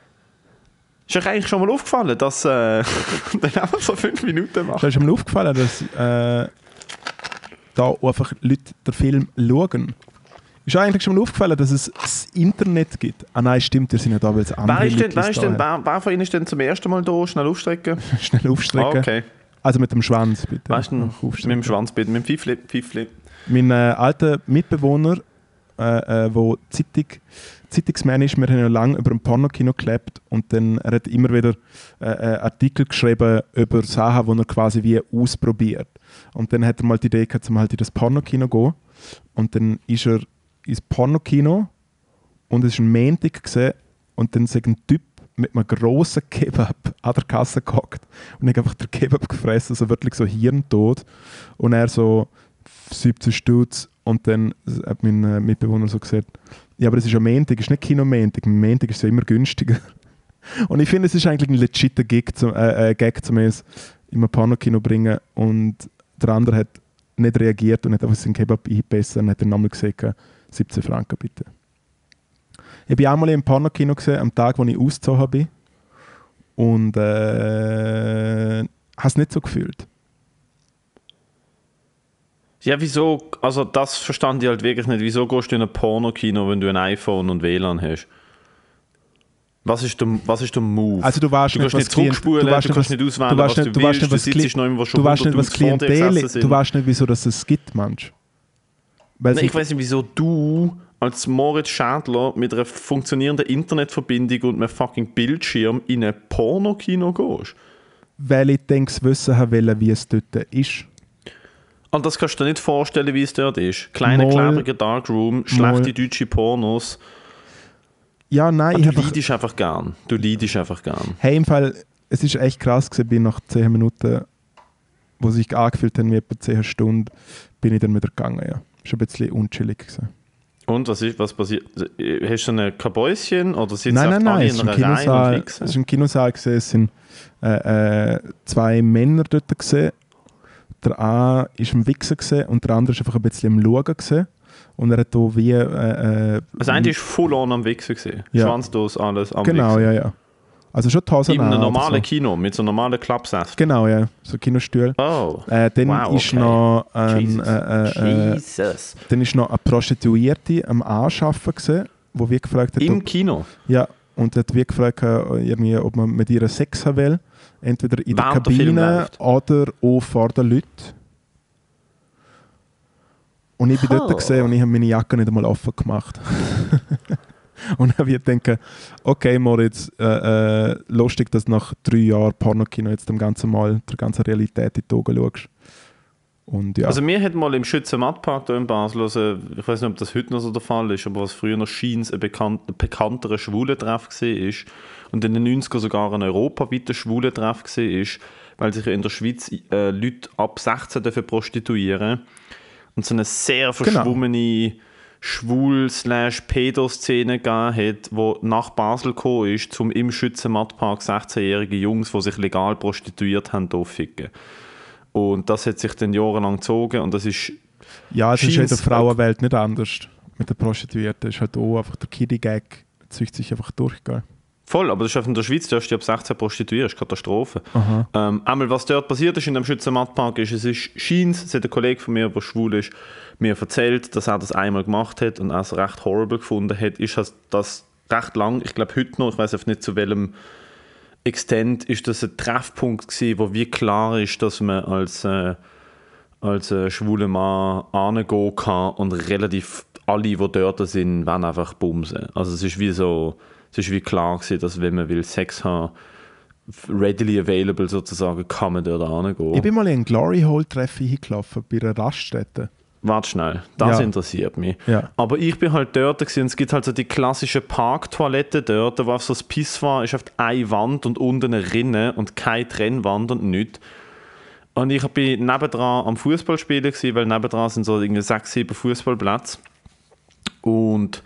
ist euch eigentlich schon mal aufgefallen, dass äh, dann einfach so fünf Minuten macht? Ist dir mal aufgefallen, dass äh, da einfach Leute den Film schauen? Ist dir eigentlich schon mal aufgefallen, dass es das Internet gibt? Ah nein, stimmt, wir sind ja da, weil es andere Wer, ist denn, Leute wer, ist denn, wer, wer von Ihnen ist denn zum ersten Mal da? Schnell aufstrecken. Schnell aufstrecken. Ah, okay. Also mit dem Schwanz, bitte. Weißt du, mit dem Schwanz bitte, mit dem Pfeifli. Pfeifli. Mein äh, alter Mitbewohner, äh, äh, wo Zeitung, Zeitungsmann ist, wir haben ja lange über ein Pornokino gelebt und dann er hat immer wieder äh, äh, Artikel geschrieben über Sachen, die er quasi wie ausprobiert. Und dann hat er mal die Idee gehabt, um halt in das Pornokino zu gehen. Und dann ist er ins Pornokino und es war ein Montag gewesen, und dann ist ein Typ mit einem grossen Kebab an der Kasse gehockt und ich habe einfach den Kebab gefressen, also wirklich so hirntot. Und er so siebzehn Stutz und dann hat mein äh, Mitbewohner so gesagt, ja, aber es ist ja Montag, es ist nicht Kino-Montag, Montag ist ja immer günstiger. Und ich finde, es ist eigentlich ein legitter Gag, zum, äh, äh, Gag zum es in ein Pornokino bringen und der andere hat nicht reagiert und hat einfach seinen Kebab eingebissen und hat den Namen gesagt, siebzehn Franken bitte. Ich war auch mal im Pornokino gesehen, am Tag, wo ich ausgezogen bin. Und äh, habe es nicht so gefühlt. Ja, wieso? Also das verstand ich halt wirklich nicht. Wieso gehst du in ein Pornokino, wenn du ein iPhone und W L A N hast? Was ist der, was ist der Move? Also du weißt du nicht, kannst was nicht zurückspulen, du, weißt du kannst nicht, nicht auswählen, du weißt was nicht, du du weißt willst, nicht, du was sitzt noch immer, wo schon du weißt nicht, was Klientel, sind. du weißt nicht, wieso das es gibt, Mensch. Nein, ich weiß nicht, wieso du als Moritz Schädler mit einer funktionierenden Internetverbindung und einem fucking Bildschirm in ein Pornokino gehst. Weil ich denke, wissen wollte, wie es dort ist. Und das kannst du dir nicht vorstellen, wie es dort ist. Kleiner, Mal, klebriger Darkroom, schlechte mal. deutsche Pornos. Ja, nein, Und ich du habe... leidest einfach gern. Du leidest einfach gern. Hey, im Fall, es ist echt krass gewesen, bin nach zehn Minuten, wo sich angefühlt haben wie etwa zehn Stunden, bin ich dann wieder gegangen, ja. Ist ein bisschen unchillig gewesen. Und was ist, was passiert? Hast du ein Kabäuschen oder sitzen Nein, nein, alle nein, in es ist ein einer Reihe und Kinosaal, wichsen? es ist ein Kinosaal gewesen, es sind äh, äh, zwei Männer dort gewesen. Der eine war am Wichsen gewesen und der andere war einfach ein bisschen am Schauen gewesen. Und er hat da wie... Äh, äh, Das eine war full on am Wichsen gewesen. Ja. Schwanzdos, alles am Genau, Wichsen. ja, ja. Also schon die Hosen In einem an, normalen aber so. Kino, mit so normalen Klappsätzen. Genau, ja, so Kinostühle. Oh, Äh, dann wow, ist okay. noch ein, Jesus. äh, äh, äh, Jesus. dann ist noch eine Prostituierte am Anschaffen gewesen, wo wir gefragt hat, Im ob, Kino? ja, und hat wir gefragt, äh, irgendwie, ob man mit ihr Sex haben will, entweder in der Während der Film Kabine läuft. oder auch vor den Leuten. Und ich bin Oh. dort gesehen und ich habe meine Jacke nicht einmal offen gemacht. Und dann habe ich gedacht, okay Moritz, äh, äh, lustig, dass du nach drei Jahren Pornokino jetzt dem ganzen Mal der ganzen Realität in die Augen schaust. Und ja. Also mir hat mal im Schützenmattpark hier in Basel, also ich weiß nicht, ob das heute noch so der Fall ist, aber was früher noch scheint ein, bekannt, ein bekannterer Schwulentreff war und in den neunziger sogar ein europaweiter Schwulentreff war, weil sich ja in der Schweiz äh, Leute ab sechzehn dürfen prostituieren und so eine sehr verschwommene genau. Schwul-Pedo-Szene gegeben hat, die nach Basel gekommen ist, um im Schützenmattpark sechzehnjährige Jungs, die sich legal prostituiert haben, aufficken. Und das hat sich dann jahrelang gezogen und das ist... Ja, es ist in der Frauenwelt nicht anders. Mit der Prostituierten ist halt auch einfach der Kiddie-Gag, zieht sich einfach durchgehen. Voll, aber das ist in der Schweiz, darfst du ab sechzehn prostituieren, das ist Katastrophe. Ähm, einmal, was dort passiert ist in dem Schützenmattpark, ist, es ist scheint, es hat ein Kollege von mir, der schwul ist, mir erzählt, dass er das einmal gemacht hat und es recht horrible gefunden hat, ist das, das recht lang, ich glaube heute noch, ich weiß nicht zu welchem Extent, ist das ein Treffpunkt gewesen, wo wie klar ist, dass man als, äh, als äh, schwuler Mann hingehen kann und relativ alle, die dort sind, wollen einfach bumsen. Also es ist wie so, es ist wie klar gewesen, dass wenn man will Sex haben, readily available sozusagen, kann man dort hingehen. Ich bin mal in ein Glory Hole Treffen hingelaufen, bei einer Raststätte. Warte schnell, das ja. interessiert mich. Ja. Aber ich bin halt dort gewesen, und es gibt halt so die klassische Parktoilette dort, wo auf so das Piss war, ist auf eine Wand und unten eine Rinne und keine Trennwand und nichts. Und ich bin nebendran am Fußballspielen gewesen, weil nebendran sind so irgendwie sechs, sieben Fußballplätze. Und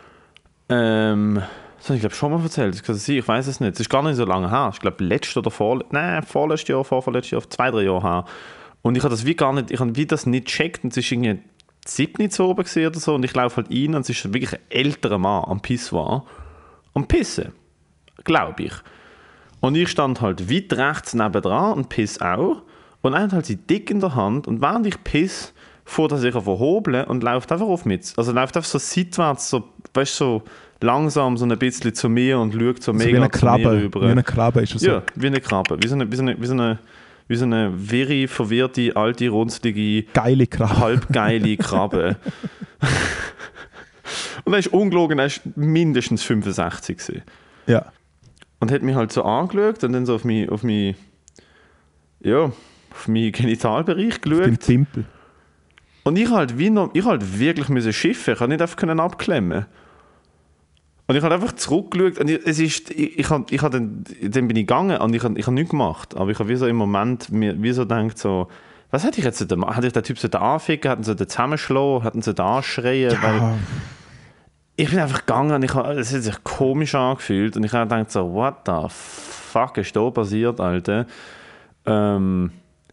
ähm, das habe ich glaube schon mal erzählt, das kann sein, ich weiß es nicht. Es ist gar nicht so lange her. Ich glaube letztes oder vor, nein, vorletztes Jahr, vorvorletztes Jahr, zwei, drei Jahre her. Und ich habe das wie gar nicht, ich habe wie das nicht gecheckt und es ist irgendwie sieben zu oben gewesen oder so und ich laufe halt rein und es ist wirklich ein älterer Mann am Pissoir am Pissen, glaube ich. Und ich stand halt weit rechts nebendran und piss auch und er hat halt sie dick in der Hand und während ich piss, fuhr er sich auf hobeln und läuft einfach auf mit. Also läuft einfach so seitwärts, so, weißt du, so langsam so ein bisschen zu mir und schaut so also mega wie eine Krabbe, zu mir rüber. Wie eine Krabbe ist es so. Ja, wie eine Krabbe. Wie so eine, wie so eine, wie so eine, wie so eine very verwirrte, alte, runzlige, geile Krabbe. halbgeile Krabbe. Und er ist ungelogen, er ist mindestens fünfundsechzig gewesen. Ja. Und hat mich halt so angeschaut und dann so auf mich, auf mich, ja, auf meinen Genitalbereich geschaut. Auf den Pimpel. Und ich halt, wie noch, ich halt wirklich müssen schiffen, ich konnte nicht einfach können abklemmen. Und ich habe einfach zurückgeschaut und ich, es ist, ich, ich, hab, ich hab dann, dann bin ich gegangen und ich habe ich hab nichts gemacht. Aber ich habe wie so im Moment mir wie so gedacht, so, was hätte ich jetzt da machen? Hätte ich den Typ so da anficken, hätten sie den zusammenschlagen, hätten sie da anschreien? Ja. Weil ich bin einfach gegangen und ich hab, es hat sich komisch angefühlt und ich habe gedacht so, what the fuck ist da passiert, Alter? Ähm,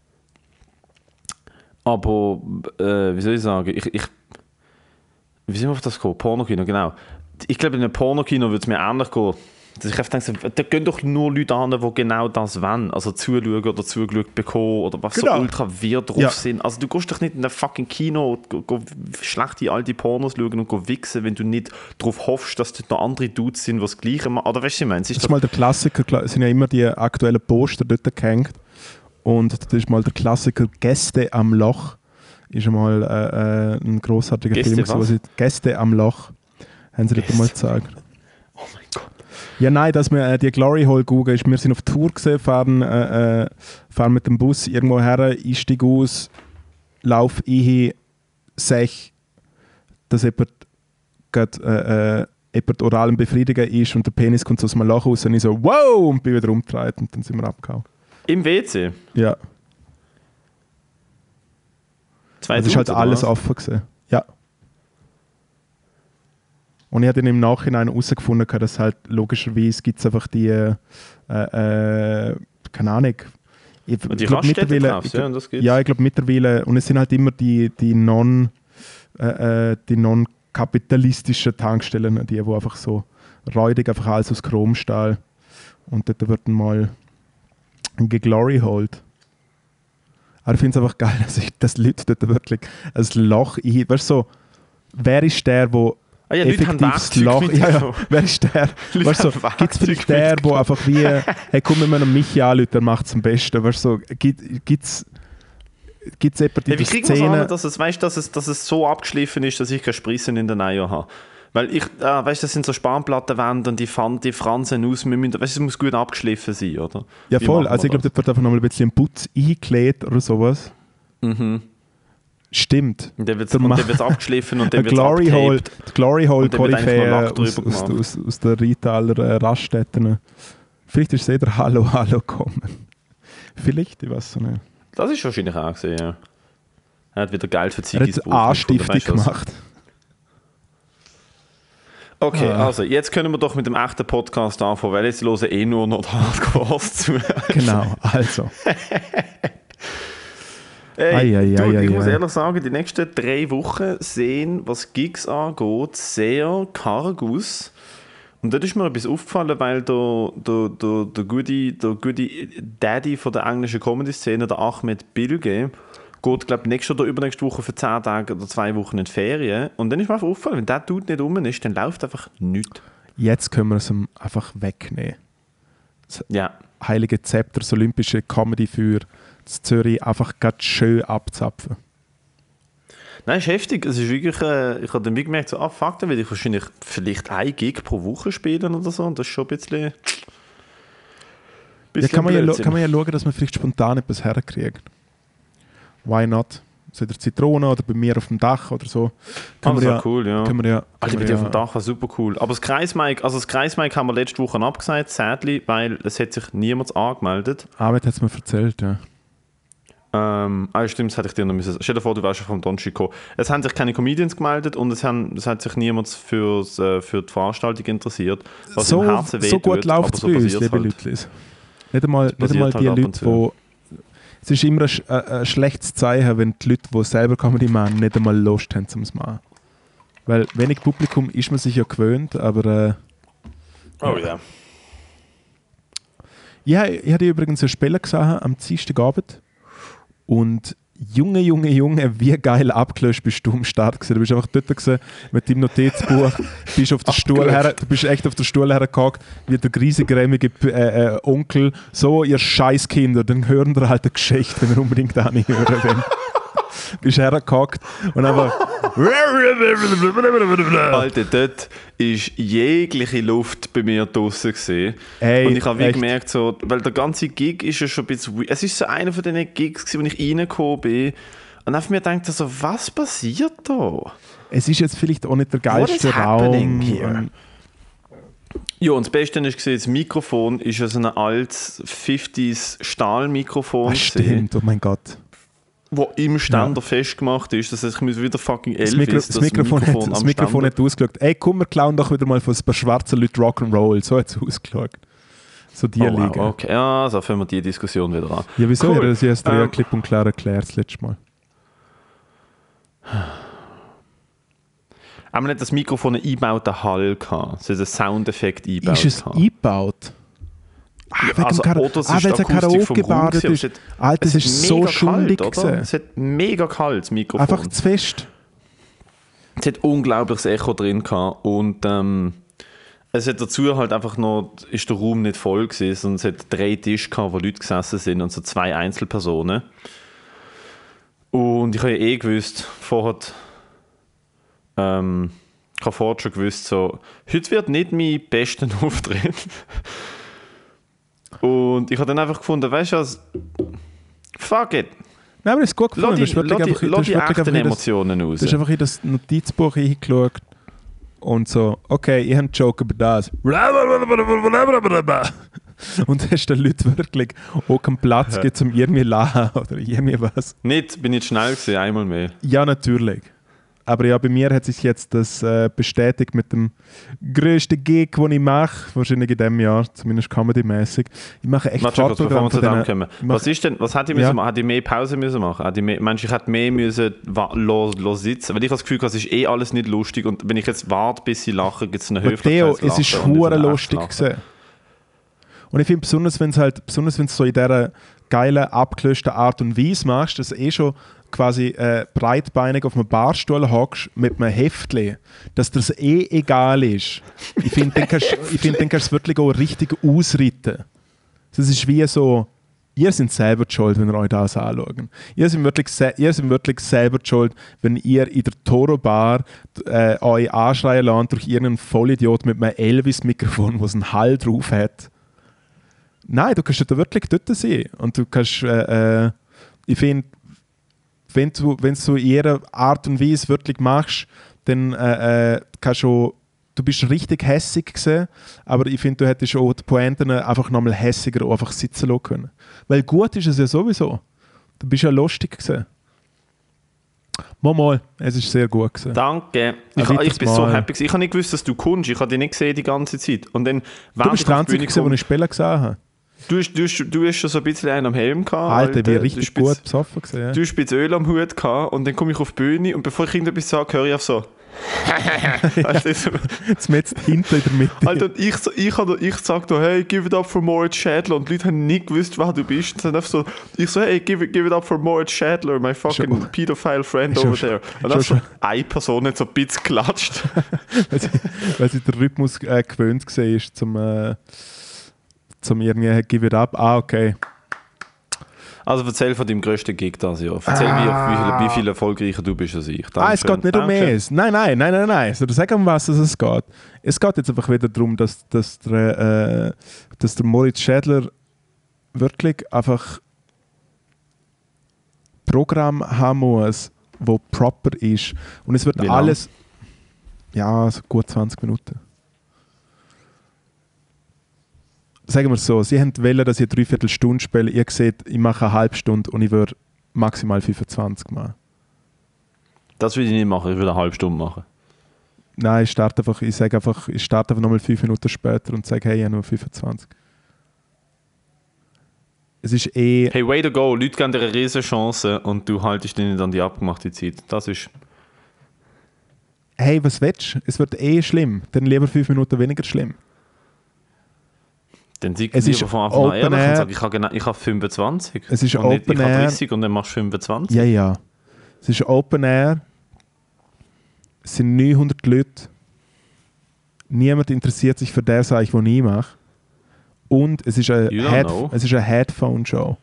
aber, äh, wie soll ich sagen, ich, ich wie sind wir auf das gekommen? Pornokino, genau. Ich glaube, in einem Pornokino würde es mir ähnlich gehen. Dass ich einfach denke, da gehen doch nur Leute an, die genau das wollen. Also zuschauen oder zugeschaut bekommen oder was genau. so ultra weird drauf ja. sind. Also du gehst doch nicht in ein fucking Kino go, go schlechte alte Pornos schauen und go wichsen, wenn du nicht darauf hoffst, dass dort noch andere Dudes sind, die das Gleiche machen. Oder weißt du, was ich meine? Das ist mal der Klassiker, es sind ja immer die aktuellen Poster dort gehängt. Und das ist mal der Klassiker Gäste am Loch. Ist mal äh, äh, ein grossartiger Gäste Film. Was? Gäste am Loch. Haben sie das mal gezeigt. Oh mein Gott. Ja, nein, dass wir äh, die Glory Hole googeln, ist, wir sind auf Tour gesehen, fahren, äh, fahren mit dem Bus irgendwo her, ich steige aus, laufe ein, sehe, dass jemand, grad, äh, äh, jemand oral am Befriedigen ist und der Penis kommt so aus dem Loch raus und ich so, wow, und bin wieder umgedreht und dann sind wir abgehauen. Im W C? Ja. Zwei also ist halt alles was? Offen gewesen. Ja. Und ich habe dann im Nachhinein herausgefunden, dass halt logischerweise gibt es einfach die, äh, äh, keine Ahnung. Ich, und die ich glaub, mittlerweile, ich, ja, das gibt's. Ja, ich glaube mittlerweile, und es sind halt immer die, die non, äh, die non-kapitalistischen Tankstellen, die, wo einfach so räudig einfach alles aus Chromstahl und dort wird dann mal geglory holt. Aber ich finde es einfach geil, dass, ich, dass Leute dort wirklich ein Loch ein... Weißt du, so, wer ist der, der ah ja, effektiv das Loch... Ja, ja, wer ist der? Weißt du, so, gibt es vielleicht der, der einfach wie... Hey, komm, wir müssen mich anrufen, der macht es am besten. Weißt du, so, gibt es... Gibt es jemanden, die hey, wie kriegt man so an, dass es, weißt, dass, es, dass es so abgeschliffen ist, dass ich keine Sprissen in den Eiern habe? Weil ich, äh, weißt, das sind so Spanplattenwände und die, die fransen aus, wir müssen, weißt, es muss gut abgeschliffen sein, oder? Ja, wie voll. Also ich glaube, dort wird einfach noch mal ein bisschen Putz eingeklebt oder sowas. Mhm. Stimmt. Und dann wird es abgeschliffen und dann wird es Glory Hole, Glory Hole Koryphäe aus, aus, aus, aus der Rheintaler äh, Raststätten. Vielleicht ist es eh der Hallo Hallo kommen. Vielleicht, ich weiß nicht. Das ist wahrscheinlich auch gesehen, ja. Er hat wieder Geld für Ziggis gebraucht. Er hat Anstiftung gemacht. Okay, ah. also jetzt können wir doch mit dem echten Podcast anfangen, weil jetzt hören eh nur noch Hardcores zu. Genau, also. Hey, ei, ei, du, ei, ich ei, muss ei. ehrlich sagen, die nächsten drei Wochen sehen, was Gigs angeht, sehr karg aus. Und dort ist mir etwas aufgefallen, weil der, der, der, der, gute, der gute Daddy von der englischen Comedy-Szene, der Ahmed Bilge, geht, glaube ich, nächste oder übernächste Woche für zehn Tage oder zwei Wochen in die Ferien. Und dann ist mir einfach aufgefallen, wenn der Dude nicht rum ist, dann läuft einfach nichts. Jetzt können wir es ihm einfach wegnehmen. Das ja. heilige Zepter, das olympische Comedy für Zürich, einfach ganz schön abzapfen. Nein, es ist heftig. Es ist wirklich, äh, ich habe dann wie gemerkt, so, ah, fuck, dann will ich wahrscheinlich vielleicht ein Gig pro Woche spielen oder so. Und das ist schon ein bisschen. bisschen ja, kann, man ja, kann man ja schauen, dass man vielleicht spontan etwas herkriegt. Why not? So in der Zitrone oder bei mir auf dem Dach oder so. Ah, das war ja, cool, ja. Können wir ja also bei dir ja, auf dem Dach war super cool. Aber das Kreismike, also das Kreismike haben wir letzte Woche abgesagt, sadly, weil es hat sich niemand angemeldet. Ahmed hat es mir erzählt, ja. Ähm, ah, stimmt, das hätte ich dir noch müssen. Stell dir vor, du wärst schon vom Donnerstag gekommen. Es haben sich keine Comedians gemeldet und es, haben, es hat sich niemand für's, äh, für die Veranstaltung interessiert. Was so, im Herzen so gut läuft es so bei uns, liebe halt. Leute. Nicht einmal, nicht einmal die halt Leute, die... Es ist immer ein, ein, ein schlechtes Zeichen, wenn die Leute, die selber Comedy machen, nicht einmal Lust haben, um es zu machen. Weil wenig Publikum ist man sich ja gewöhnt, aber... Äh, oh ja. Ja, ich hatte übrigens ein Spiel gesehen am Dienstagabend. Und Junge, Junge, Junge, wie geil abgelöscht bist du am Start gewesen. Du bist einfach dort gewesen, mit deinem Notizbuch, bist auf der Stuhl her, du bist echt auf der Stuhl hergehockt, wie der griesegrämige äh, äh, Onkel, so ihr Scheißkinder, dann hören wir halt eine Geschichte, wenn wir unbedingt auch nicht hören wollen. Bist hergehockt und einfach Alter, dort ist jegliche Luft bei mir draussen gewesen. Ey, und ich habe wie echt? gemerkt, so, weil der ganze Gig ist ja schon ein bisschen weird. Es ist so einer von diesen Gigs, wo ich reingekommen bin und auf mir denkt so, was passiert da? Es ist jetzt vielleicht auch nicht der geilste Raum. Here? Ja, und das Beste ist gesehen, das Mikrofon ist ja so ein altes fünfziger Stahlmikrofon. Ah, stimmt, oh mein Gott. Wo im Ständer ja. festgemacht ist. Das heißt, ich muss wieder fucking Elvis, das, Mikro, das, das Mikrofon, Mikrofon, hat, das Mikrofon hat ausgeschaut. Ey, komm, wir klauen doch wieder mal von ein paar schwarzen Leuten Rock'n'Roll. So hat es ausgeschaut. So die oh, liegen. Wow, okay, ja, also fangen wir die Diskussion wieder an. Ja, wieso? Cool. Ja, sie hast dir ja ähm, klipp und klar erklärt das letzte Mal. Aber nicht das Mikrofon einen eingebauten Hall gehabt. Es hat einen Soundeffekt eingebaut. Ist es gehabt. eingebaut? Ah, ja, also, Kar- oder es ah, ist weil es ein Karaoke gebadet ist. Hat, Alter, es ist so schundig. Es hat mega kalt, das Mikrofon. Einfach zu fest. Es hat unglaubliches Echo drin gehabt und ähm, es hat dazu halt einfach noch, ist der Raum nicht voll gewesen, sondern es hat drei Tische gehabt, wo Leute gesessen sind und so zwei Einzelpersonen. Und ich habe ja eh gewusst, vorher, ähm, ich habe vorher schon gewusst, so, heute wird nicht mein bester Auftritt. Und ich habe dann einfach gefunden, weißt du was, fuck it. Nein, aber es ist gut gefallen. Lass die, lass die, einfach, lass die echten Emotionen raus. Du hast einfach in das Notizbuch hingeschaut und so, okay, ich habe einen Joke über das. Und hast den Leuten wirklich auch keinen Platz gegeben, um irgendwie lachen oder irgendwie was. Nicht, bin ich schnell gewesen, einmal mehr. Ja, natürlich. Aber ja, bei mir hat sich jetzt das äh, bestätigt mit dem grössten Gig, den ich mache, wahrscheinlich in diesem Jahr, zumindest comedy-mäßig. Ich mache echt Fahrtprogramm von denen. Was ist denn, was hätte ich ja. müssen machen? Hätte ich mehr Pause müssen machen? Hätte ich mehr, meinst du, ich hätte mehr müssen los, los sitzen? Weil ich habe das Gefühl, es ist eh alles nicht lustig und wenn ich jetzt warte, bis sie lachen, gibt es eine Höflichkeitslache. Theo, es ist hure lustig gewesen. Und ich finde besonders, wenn es halt, besonders wenn es so in dieser geilen, abgelösten Art und Weise machst, dass eh schon quasi äh, breitbeinig auf einem Barstuhl hockst mit einem Heftchen, dass dir das eh egal ist. Ich finde, dann kannst du find, es wirklich auch richtig ausreiten. Das ist wie so, ihr seid selber schuld, wenn ihr euch das anschaut. Ihr seid wirklich, ihr seid wirklich selber schuld, wenn ihr in der Toro-Bar äh, euch anschreien lasst durch irgendeinen Vollidiot mit einem Elvis-Mikrofon, das einen Hall drauf hat. Nein, du kannst da wirklich dort sein. Und du kannst, äh, äh, ich finde, wenn du wenn du in ihrer Art und Weise wirklich machst, dann äh, äh, kannst du du bist richtig hässig gewesen, aber ich finde, du hättest auch die Pointen einfach nochmal hässiger einfach sitzen lassen können. Weil gut ist es ja sowieso. Du bist ja lustig gewesen. Mal, mal, es ist sehr gut gewesen. Danke. Ich, ich bin mal. so happy gewesen. Ich habe nicht gewusst, dass du kommst. Ich habe dich nicht gesehen die ganze Zeit. Und dann, du bist der Einzige gewesen, den ich Spielen gesehen habe. Du hast, du, hast, du hast schon so ein bisschen einen am Helm gehabt. Alter, ich war richtig gut spitz, besoffen gewesen, ja. Du hast ein bisschen Öl am Hut gehabt und dann komme ich auf die Bühne und bevor ich irgendetwas sage, höre ich auf so. Weißt du, so. Jetzt mit hinten in der Mitte. Alter, ich, ich, ich sage da, hey, give it up for Moritz Schädler und die Leute haben nicht gewusst, wer du bist. Dann so, ich so, hey, give it, give it up for Moritz Schädler, my fucking schon, pedophile friend over there. Und dann so eine Person hat so ein bisschen geklatscht. weil, sie, weil sie den Rhythmus äh, gewöhnt war, zum, äh, zum irgendwie give it up. Ah, okay. Also erzähl von deinem grössten Gig das Jahr. Erzähl, ah. wie, wie, viel, wie viel erfolgreicher du bist als ich. Dankeschön. Ah, es geht nicht um es. Nein, nein, nein, nein, nein. Also, sag um was es geht. Es geht jetzt einfach wieder darum, dass, dass, der, äh, dass der Moritz Schädler wirklich einfach Programm haben muss, das proper ist. Und es wird wie alles... Lang? Ja, so gut zwanzig Minuten. Sagen wir es so, sie wollen, dass ich eine Dreiviertelstunde spiele. Ihr seht, ich mache eine halbe Stunde und ich würde maximal fünfundzwanzig machen. Das würde ich nicht machen, ich würde eine halbe Stunde machen. Nein, ich starte einfach, ich sage einfach, ich starte einfach nochmal fünf Minuten später und sage, hey, ich habe nur fünfundzwanzig. Es ist eh... Hey, way to go, Leute geben dir eine riesen Chance und du haltest nicht an die abgemachte Zeit. Das ist... Hey, was willst du? Es wird eh schlimm. Dann lieber fünf Minuten weniger schlimm. Dann sag ich lieber von Anfang an ehrlich und sage, ich habe, genau, ich habe fünfundzwanzig. Es ist und Open nicht, ich habe dreißig Air. Und dann machst du fünfundzwanzig. Ja, ja. Es ist Open Air. Es sind neunhundert Leute. Niemand interessiert sich für das, was ich mache. Und es ist eine, Head- es ist eine Headphone-Show.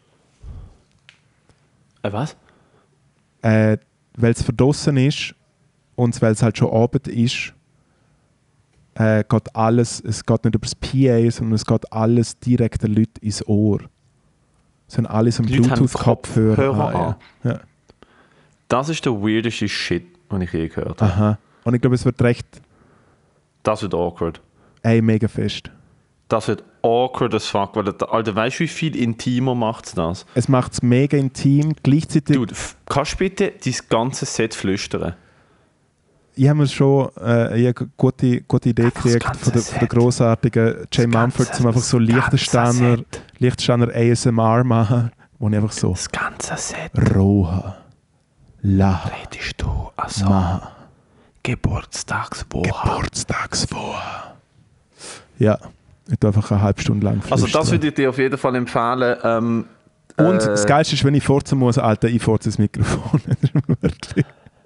Äh, was? Äh, weil es verdrossen ist und weil es halt schon Abend ist, Äh, geht alles, es geht nicht über das P A, sondern es geht alles direkt den Leuten ins Ohr. Es sind alle so ein Bluetooth-Kopfhörer an. Ja. Das ist der weirdeste Shit, den ich je gehört habe. Aha. Und ich glaube, es wird recht... Das wird awkward. Ey, mega fest. Das wird awkward as fuck, weil, Alter, weißt du, wie viel intimer macht es das? Es macht es mega intim, gleichzeitig... Dude, f- kannst du bitte dein ganzes Set flüstern? Ich habe mir schon äh, eine gute, gute Idee gekriegt von der, von der grossartigen Jay Mumford, um einfach so Liechtensteiner, Liechtensteiner A S M R machen, wo ich einfach so... Das ganze Set. Roha. La. Redest du also Ma. Geburtstagswoche. Geburtstagswoche. Ja, ich tue einfach eine halbe Stunde lang flüstern. Also das würde ich dir auf jeden Fall empfehlen. Ähm, Und äh, das Geilste ist, wenn ich furzen muss, Alter, ich furze das Mikrofon. Wirklich.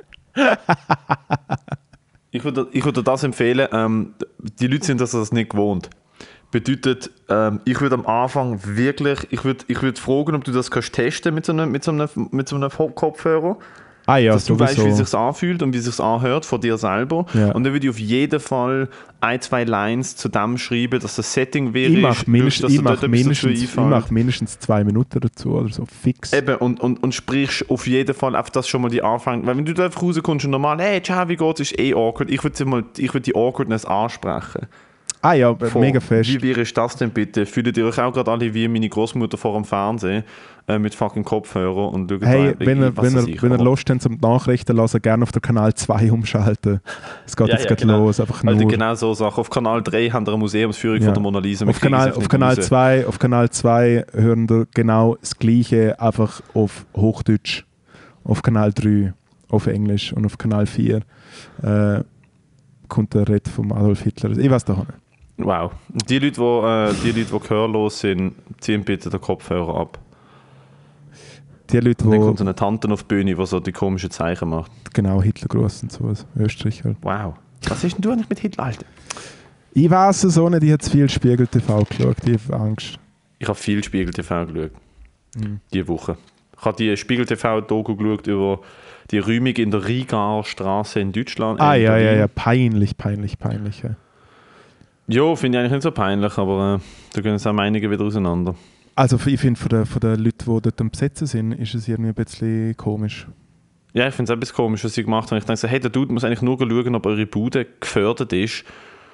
ich würde ich würd das empfehlen. Ähm, die Leute sind das nicht gewohnt. Bedeutet, ähm, ich würde am Anfang wirklich, ich würde ich würd fragen, ob du das kannst testen mit so einem, mit so einem, mit so einem Kopfhörer. Ah ja, dass du sowieso. weißt, wie es sich anfühlt und wie es sich anhört von dir selber. Ja. Und dann würde ich auf jeden Fall ein, zwei Lines zu dem schreiben, dass das Setting wäre. Ich mache mindestens, ich mach mindestens, mach mindestens zwei Minuten dazu oder so, fix. Eben, und, und, und sprichst auf jeden Fall einfach das schon mal die Anfang. Weil wenn du da einfach rauskommst und normal, hey, ciao, wie geht's, ist eh awkward. Ich würde würd die Awkwardness ansprechen. Ah ja, Von, mega fest. Wie wäre das denn bitte? Fühlt ihr euch auch gerade alle wie meine Großmutter vor dem Fernsehen äh, mit fucking Kopfhörer und schaut hey, da, wenn ihr, wenn ihr, wenn ihr Lust habt zum Nachrichten lassen, gerne auf den Kanal zwei umschalten. Es geht ja, jetzt ja, genau. los. Einfach nur. Also genau so Sachen. Auf Kanal drei haben wir eine Museumsführung ja. von der Mona Lisa. Auf Kanal, auf, Kanal zwei, auf Kanal zwei hören wir genau das Gleiche, einfach auf Hochdeutsch. Auf Kanal drei auf Englisch und auf Kanal vier äh, kommt der Red von Adolf Hitler. Ich weiß doch nicht. Wow. Die Leute, die, äh, die Leute, die gehörlos sind, ziehen bitte den Kopfhörer ab. Die Leute, und dann kommt so eine Tante auf die Bühne, die so die komischen Zeichen macht. Genau, Hitlergruß und sowas. Österreich halt. Wow. Was ist denn du eigentlich mit Hitler, Alter? Ich weiß es auch nicht, ich habe zu viel Spiegel T V geschaut, ich habe Angst. Ich habe viel Spiegel T V geschaut. Mhm. Diese Woche. Ich habe die Spiegel T V-Doku geschaut über die Räumung in der Rigaer Straße in Deutschland. Ah ja, ja, ja, peinlich, peinlich, peinlich. Ja. Ja, finde ich eigentlich nicht so peinlich, aber äh, da gehen es auch einige wieder auseinander. Also ich finde, von den von der Leuten, die dort am Besetzen sind, ist es irgendwie ein bisschen komisch. Ja, ich finde es auch ein bisschen komisch, was sie gemacht haben. Ich denke so, hey, der Dude muss eigentlich nur schauen, ob eure Bude gefördert ist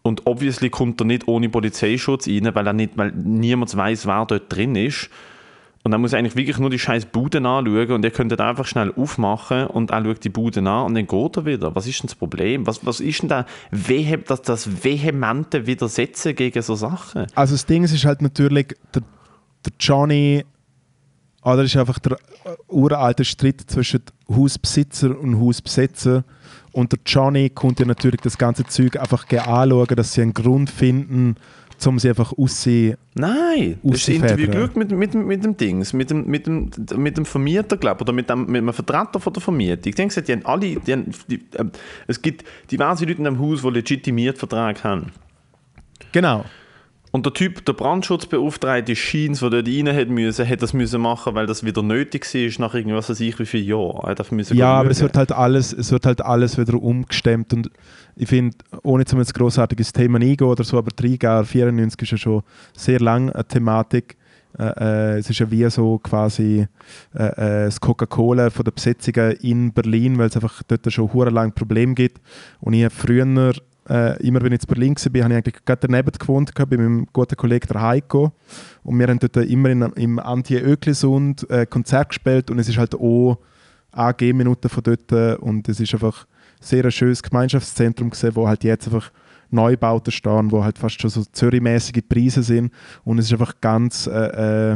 Und obviously kommt er nicht ohne Polizeischutz rein, weil, er nicht, weil niemand weiß, wer dort drin ist. Und dann muss er eigentlich wirklich nur die scheiß Bude anschauen und ihr könnt dann einfach schnell aufmachen und er schaut die Bude an und dann geht er wieder. Was ist denn das Problem? Was, was ist denn da Vehe, das, das vehemente Widersetzen gegen so Sachen? Also das Ding ist halt natürlich, der, der Johnny, oder ist einfach der uralte Streit zwischen Hausbesitzer und Hausbesetzer. Und der Johnny konnte ja natürlich das ganze Zeug einfach anschauen, dass sie einen Grund finden, um sie einfach aussehen. Nein, das ist ein Interview geschaut mit, mit, mit dem Dings, mit dem, mit dem, mit dem Vermieter, glaube ich, oder mit, dem, mit einem Vertreter von der Vermietung. Die haben gesagt, die haben alle, die haben, die, äh, es gibt diverse Leute in einem Haus, die legitimiert Vertrag haben. Genau. Und der Typ, der Brandschutzbeauftragte Scheins, der dort rein hätte müssen, hätte das müssen machen, weil das wieder nötig war, nach irgendwas weiß ich wie viele Jahren. Ja, aber es wird halt alles, es wird halt alles wieder umgestemmt und ich finde, ohne zum jetzt grossartiges Thema eingehen oder so, aber Trigger vierundneunzig ist ja schon sehr lange eine Thematik. Äh, äh, es ist ja wie so quasi äh, äh, das Coca-Cola von der Besetzungen in Berlin, weil es einfach dort schon hure lang Probleme gibt. Und ich habe früher Äh, immer wenn ich in Berlin war, habe ich eigentlich gerade daneben gewohnt, bei meinem guten Kollegen der Heiko. Und wir haben dort immer in, im Anti-Öklisund äh, Konzert gespielt und es ist halt auch eine Gehminute von dort und es ist einfach sehr ein schönes Gemeinschaftszentrum gewesen, wo halt jetzt einfach Neubauten stehen, wo halt fast schon so Zürich-mäßige Preise sind und es ist einfach ganz äh, äh,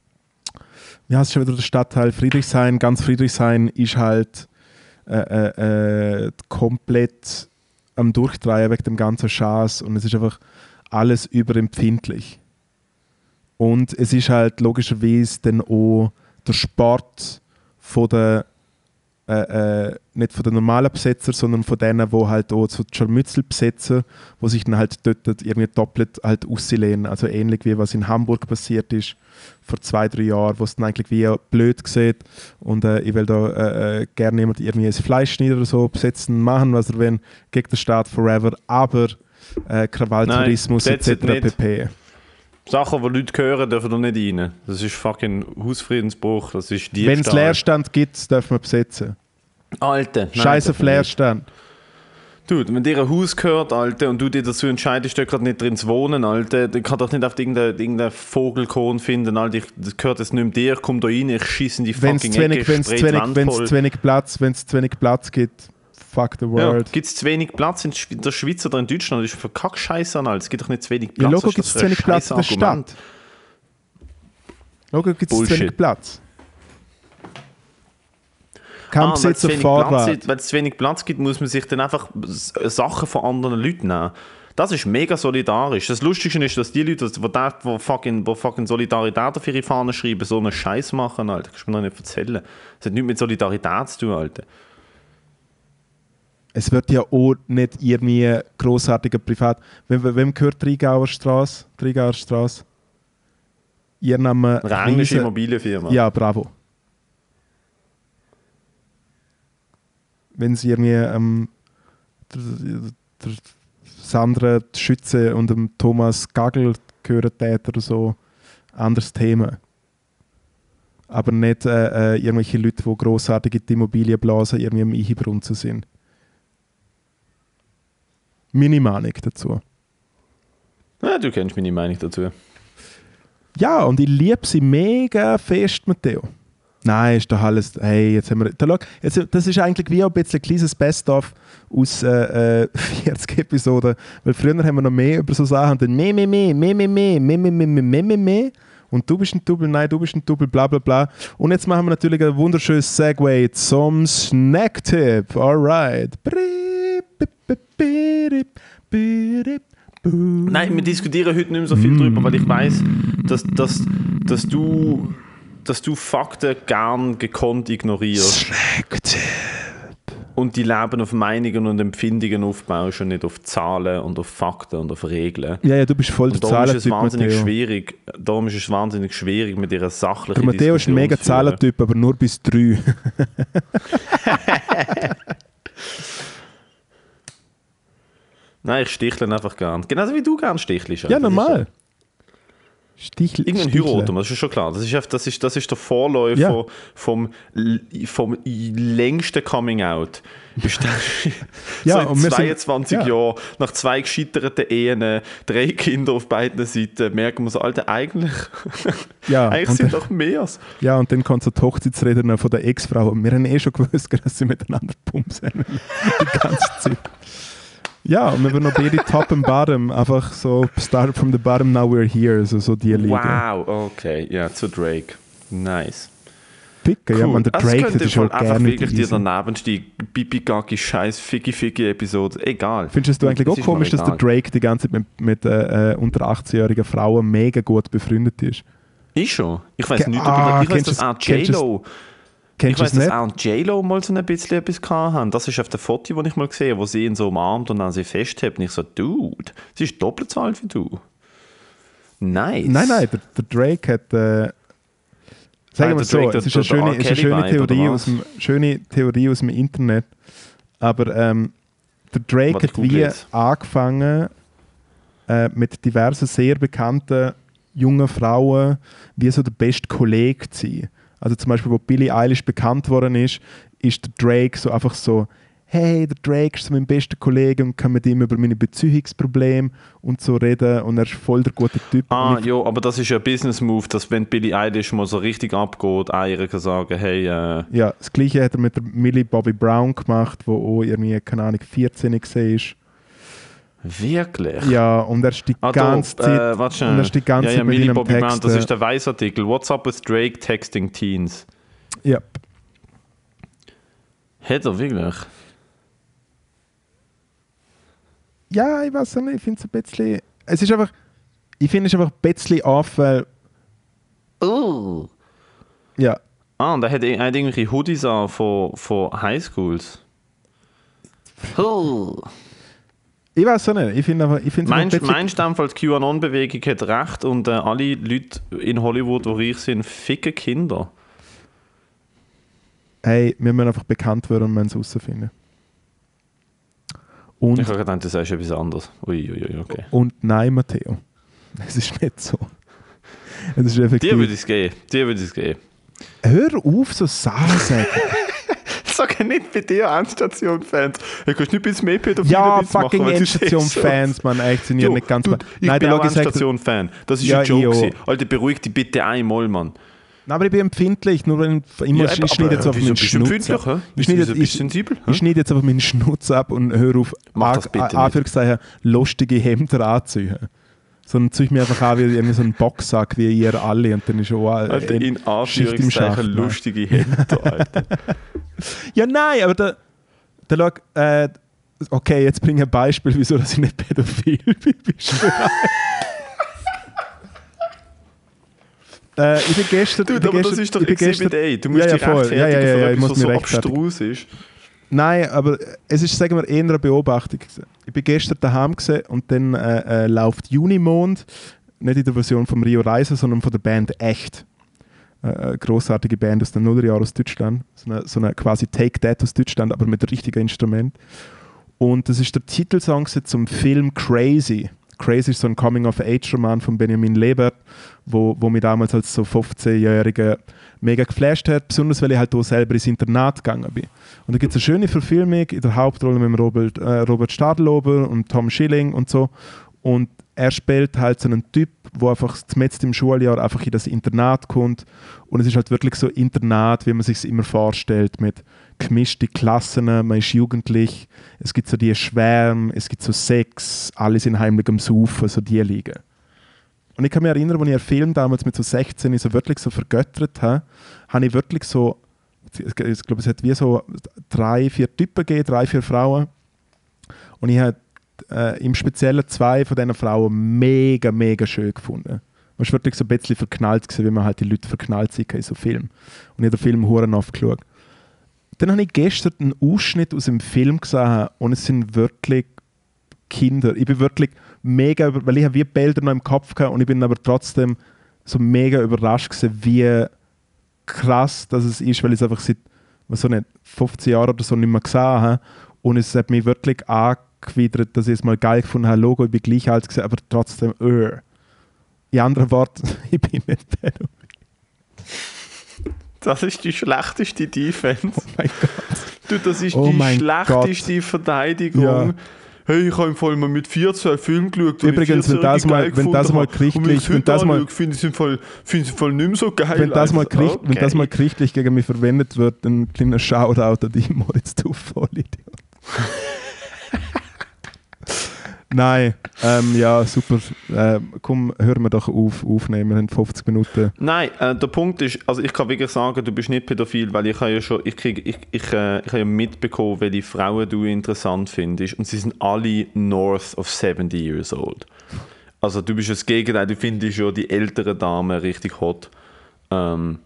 ja, es ist schon wieder der Stadtteil Friedrichshain. Ganz Friedrichshain ist halt äh, äh, äh, komplett am Durchdrehen wegen dem ganzen Schaß und es ist einfach alles überempfindlich. Und es ist halt logischerweise dann auch der Sport von der, äh, äh, nicht von den normalen Besetzer, sondern von denen, die halt auch so die Scharmützel besetzen, die sich dann halt dort irgendwie doppelt halt auslehnen. Also ähnlich wie was in Hamburg passiert ist vor zwei, drei Jahren, wo es dann eigentlich wie blöd sieht und äh, ich will da äh, gerne jemand irgendwie ein Fleischschneider oder so besetzen, machen, was er will, gegen den Staat forever, aber äh, Krawalltourismus et cetera pp. Sachen, die Leute hören, dürfen da nicht rein. Das ist fucking Hausfriedensbruch, das ist Diebstahl. Wenn es Leerstand gibt, dürfen wir besetzen. Alter. Scheiße auf Leerstand. Dude, wenn dir ein Haus gehört, Alter, und du dir dazu entscheidest, da gerade nicht drin zu wohnen, Alter, dann kann doch nicht auf irgendeinen irgendein Vogelkorn finden, Alter, das gehört jetzt nicht mehr dir, komm da rein, ich schieße in die wenn's fucking wenig, Ecke, Wenn es zu wenig, wenn's zu wenig Platz, wenn's zu wenig Platz gibt, fuck the world. Ja, gibt es zu wenig Platz in der Schweiz oder in Deutschland? Das ist für kack Scheiße an alles. Es gibt doch nicht zu wenig Platz. Ja, Logo gibt es zu wenig Platz in der Stadt. Logo gibt es zu wenig Platz. Kein Besitz auf Fahrrad. Weil es zu wenig Platz gibt, muss man sich dann einfach Sachen von anderen Leuten nehmen. Das ist mega solidarisch. Das Lustige ist, dass die Leute, die, die, fucking, die fucking Solidarität auf ihre Fahnen schreiben, so einen Scheiß machen, Alter. Das kannst du mir doch nicht erzählen. Das hat nichts mit Solidarität zu tun, Alter. Es wird ja auch nicht irgendwie grossartiger Privat. Wem, wem gehört die Trigauer Straße? Trigauer Straße? Ihr Name? Eine englische Immobilienfirma. Ja, bravo. Wenn sie irgendwie ähm, der, der Sandra Schütze und dem Thomas Gagel gehören täten oder so, anderes Thema. Aber nicht äh, äh, irgendwelche Leute, die grossartig in die Immobilienblase irgendwie im Einbrunzen sind. Meine Meinung dazu. Ja, du kennst meine Meinung dazu. Ja, und ich liebe sie mega fest, Matteo. Nein, ist doch alles. Hey, jetzt haben wir. Da, schau, jetzt, das ist eigentlich wie ein bisschen ein kleines Best-of aus äh, äh, vierzig Episoden. Weil früher haben wir noch mehr über so Sachen. Und dann mehr, mehr, mehr, mehr, mehr, mehr, mehr, mehr, mehr, mehr, mehr, mehr. Und du bist ein Double, nein, du bist ein Double, bla bla bla. Und jetzt machen wir natürlich ein wunderschönes Segway zum Snack-Tipp. Alright. Nein, wir diskutieren heute nicht mehr so viel mm. drüber, weil ich weiss, dass, dass, dass du. dass du Fakten gern gekonnt ignorierst. Snack-Tipp. Und die Leben auf Meinungen und Empfindungen aufbaust und nicht auf Zahlen und auf Fakten und auf Regeln. Ja, ja, du bist voll der Zahlentyp, ist es wahnsinnig schwierig. Darum ist es wahnsinnig schwierig, mit ihrer sachlichen der Matteo ist ein mega Zahlentyp, aber nur bis drei. Nein, ich stichle einfach gern. Genauso wie du gern stichelst. Ja, normal. Stichl, Irgendein Heiratum, das ist schon klar. Das ist, das ist, das ist der Vorläufer ja. vom, vom längsten Coming-out. ja, Seit zweiundzwanzig sind, ja. Jahren, nach zwei gescheiterten Ehen, drei Kinder auf beiden Seiten, merken wir so, Alter, eigentlich, ja, eigentlich sind doch mehr. Ja, und dann kommt so die Hochzeitsrede von der Ex-Frau. Wir haben eh schon gewusst, dass sie miteinander pumsen. Die ganze Zeit. Ja, und wir waren noch beide top and bottom, einfach so started from the bottom, now we're here, also so die Liga. Wow, okay, ja, zu Drake. Nice. Picken, cool. Ja, man, der Drake, das, das ist schon einfach wirklich dir daneben stehen, Bibi-Gagi, scheiß Figgi-Figgi-Episode, egal. Findest du es eigentlich auch komisch, dass der Drake die ganze Zeit mit, mit äh, unter achtzehn-jährigen Frauen mega gut befreundet ist? Ich schon. Ich weiß nicht, ah, ich weiß, dass auch J-Lo... Kennst ich weiß, dass nicht? Auch J-Lo mal so ein bisschen etwas hatten. Das ist auf dem Foto, das ich mal gesehen habe, wo sie ihn so umarmt und dann sie festhält. Und ich so, Dude, sie ist doppelt so alt wie du. Nice. Nein, nein, der, der Drake hat... Äh, sagen wir es so, es ist eine schöne, ist eine schöne, Theorie aus dem, schöne Theorie aus dem Internet. Aber ähm, der Drake Warte, hat wie jetzt. angefangen äh, mit diversen sehr bekannten jungen Frauen wie so der beste Kollege zu sein. Also zum Beispiel, wo Billie Eilish bekannt worden ist, ist der Drake so einfach so, hey, der Drake ist so mein bester Kollege und kann mit ihm über meine Beziehungsprobleme und so reden und er ist voll der gute Typ. Ah, ja, aber das ist ja ein Business-Move, dass wenn Billie Eilish mal so richtig abgeht, einer kann sagen, hey... Äh ja, das Gleiche hat er mit der Millie Bobby Brown gemacht, wo auch irgendwie, keine Ahnung, vierzehn war. Wirklich? Ja, und er ist die ah, ganze da, Zeit, äh, warte, und er ist die ganze ja, ja, Zeit mit Millie ihm Bobby Text, Brown, das ist der Weißartikel. What's up with Drake texting teens? Ja. Hat er wirklich? Ja, ich weiß nicht, ich finde es ein bisschen... Es ist einfach... Ich finde es einfach ein bisschen off, weil... Oh. Ja. Ah, und er hat, er hat irgendwelche Hoodies an von, von Highschools. Oh. Ich weiß auch nicht. Ich finde aber, ich finde Meinst du einfach, die QAnon-Bewegung hat recht und äh, alle Leute in Hollywood, die reich sind, ficken Kinder? Hey, wir müssen einfach bekannt werden und wir müssen es herausfinden. Und, ich habe gedacht, du sagst etwas anderes. Ui, ui, ui, okay. Und nein, Matteo. Es ist nicht so. Es ist effektiv. Dir würde ich es geben. Dir würde ich es geben. Hör auf, so Sachen sagen. Sag nicht bei dir Endstation-Fans. Du kannst nicht ein bisschen mehr Pädophilen Ja, fucking Endstation-Fans, man, echt sind ja nicht ganz... Du, ich Nein, bin auch Endstation-Fan. Das ist ja, ein Joke. Alter, beruhig dich bitte einmal, Mann. Nein, aber ich bin empfindlich, nur wenn ich, immer, ja, ich schneide jetzt auf meinen Schnutz ab. Ich schneide, ich, ich schneide jetzt auf meinen Schnutz ab und höre auf Anführungszeichen lustige Hemden anziehen. Sondern ziehe ich mir einfach an wie so ein Boxsack wie ihr alle und dann ist schon Alter, ein in Anführungszeichen lustige Hemden, Alter. Ja, nein, aber da, da schau, äh, okay, jetzt bringe ich ein Beispiel, wieso dass ich nicht pädophil bin. Äh, ich bin gestern... Du, ich bin aber gestern, das ist doch Exhibit A. Du musst ja, ja, dich rechtfertigen ja, ja, ja, ja, für etwas, was so abstrus ist. Nein, aber es ist, sagen wir, eher eine Beobachtung. Ich bin gestern daheim und dann äh, äh, läuft Junimond, nicht in der Version von Rio Reiser, sondern von der Band Echt. Äh, eine grossartige Band aus den Nullerjahren aus Deutschland. So eine, so eine quasi Take That aus Deutschland, aber mit richtigen Instrument. Und das ist der Titelsong zum Film Crazy. Crazy ist so ein Coming-of-Age-Roman von Benjamin Lebert, wo, wo mich damals als so fünfzehnjähriger mega geflasht hat, besonders weil ich halt auch selber ins Internat gegangen bin. Und da gibt es eine schöne Verfilmung in der Hauptrolle mit Robert, äh, Robert Stadlober und Tom Schilling und so. Und er spielt halt so einen Typ, der einfach zumetzt im Schuljahr einfach in das Internat kommt. Und es ist halt wirklich so Internat, wie man sich es immer vorstellt, mit gemischten Klassen, man ist jugendlich, es gibt so die Schwärme, es gibt so Sex, alle sind heimlich am Saufen, so die liegen. Und ich kann mich erinnern, als ich einen Film damals mit so sechzehn so wirklich so vergöttert habe, habe ich wirklich so, ich glaube, es hat wie so drei, vier Typen gegeben, drei, vier Frauen. Und ich habe äh, im Speziellen zwei von diesen Frauen mega, mega schön gefunden. Man war wirklich so ein bisschen verknallt gewesen, wie man halt die Leute verknallt sind in so Film. Und ich habe den Film verdammt oft geschaut. Dann habe ich gestern einen Ausschnitt aus dem Film gesehen und es sind wirklich Kinder. Ich bin wirklich mega, weil ich habe wie Bilder noch im Kopf gehabt und ich bin aber trotzdem so mega überrascht gewesen, wie krass das es ist, weil ich es einfach seit so nicht, fünfzehn Jahren oder so nicht mehr gesehen habe. Und es hat mich wirklich angewidert, dass ich es mal geil gefunden habe. Logo, ich bin gleich alt gewesen, aber trotzdem öh. In anderen Worten, ich bin nicht pädophil. Das ist die schlechteste Defense. Oh mein Gott. Du, das ist oh die schlechteste Gott. Verteidigung. Ja. Hey, ich habe im Fall mal mit vierzehn Film geschaut. Übrigens, wenn das mal, wenn das mal gerichtlich, wenn das mal, finde ich es im Fall, finde ich im Fall nicht mehr so geil. Wenn das mal, gericht, okay. wenn das mal gerichtlich gegen mich verwendet wird, dann kleiner Shoutout an dich, Moritz, du Vollidiot. Nein, ähm, ja, super. Äh, komm, hören wir doch auf, aufnehmen, wir haben fünfzig Minuten. Nein, äh, der Punkt ist, also ich kann wirklich sagen, du bist nicht pädophil, weil ich habe ja schon, ich krieg, ich, ich, äh, ich habe ja mitbekommen, welche Frauen du interessant findest und sie sind alle north of seventy years old. Also du bist das Gegenteil, du findest ja die älteren Damen richtig hot. Ähm,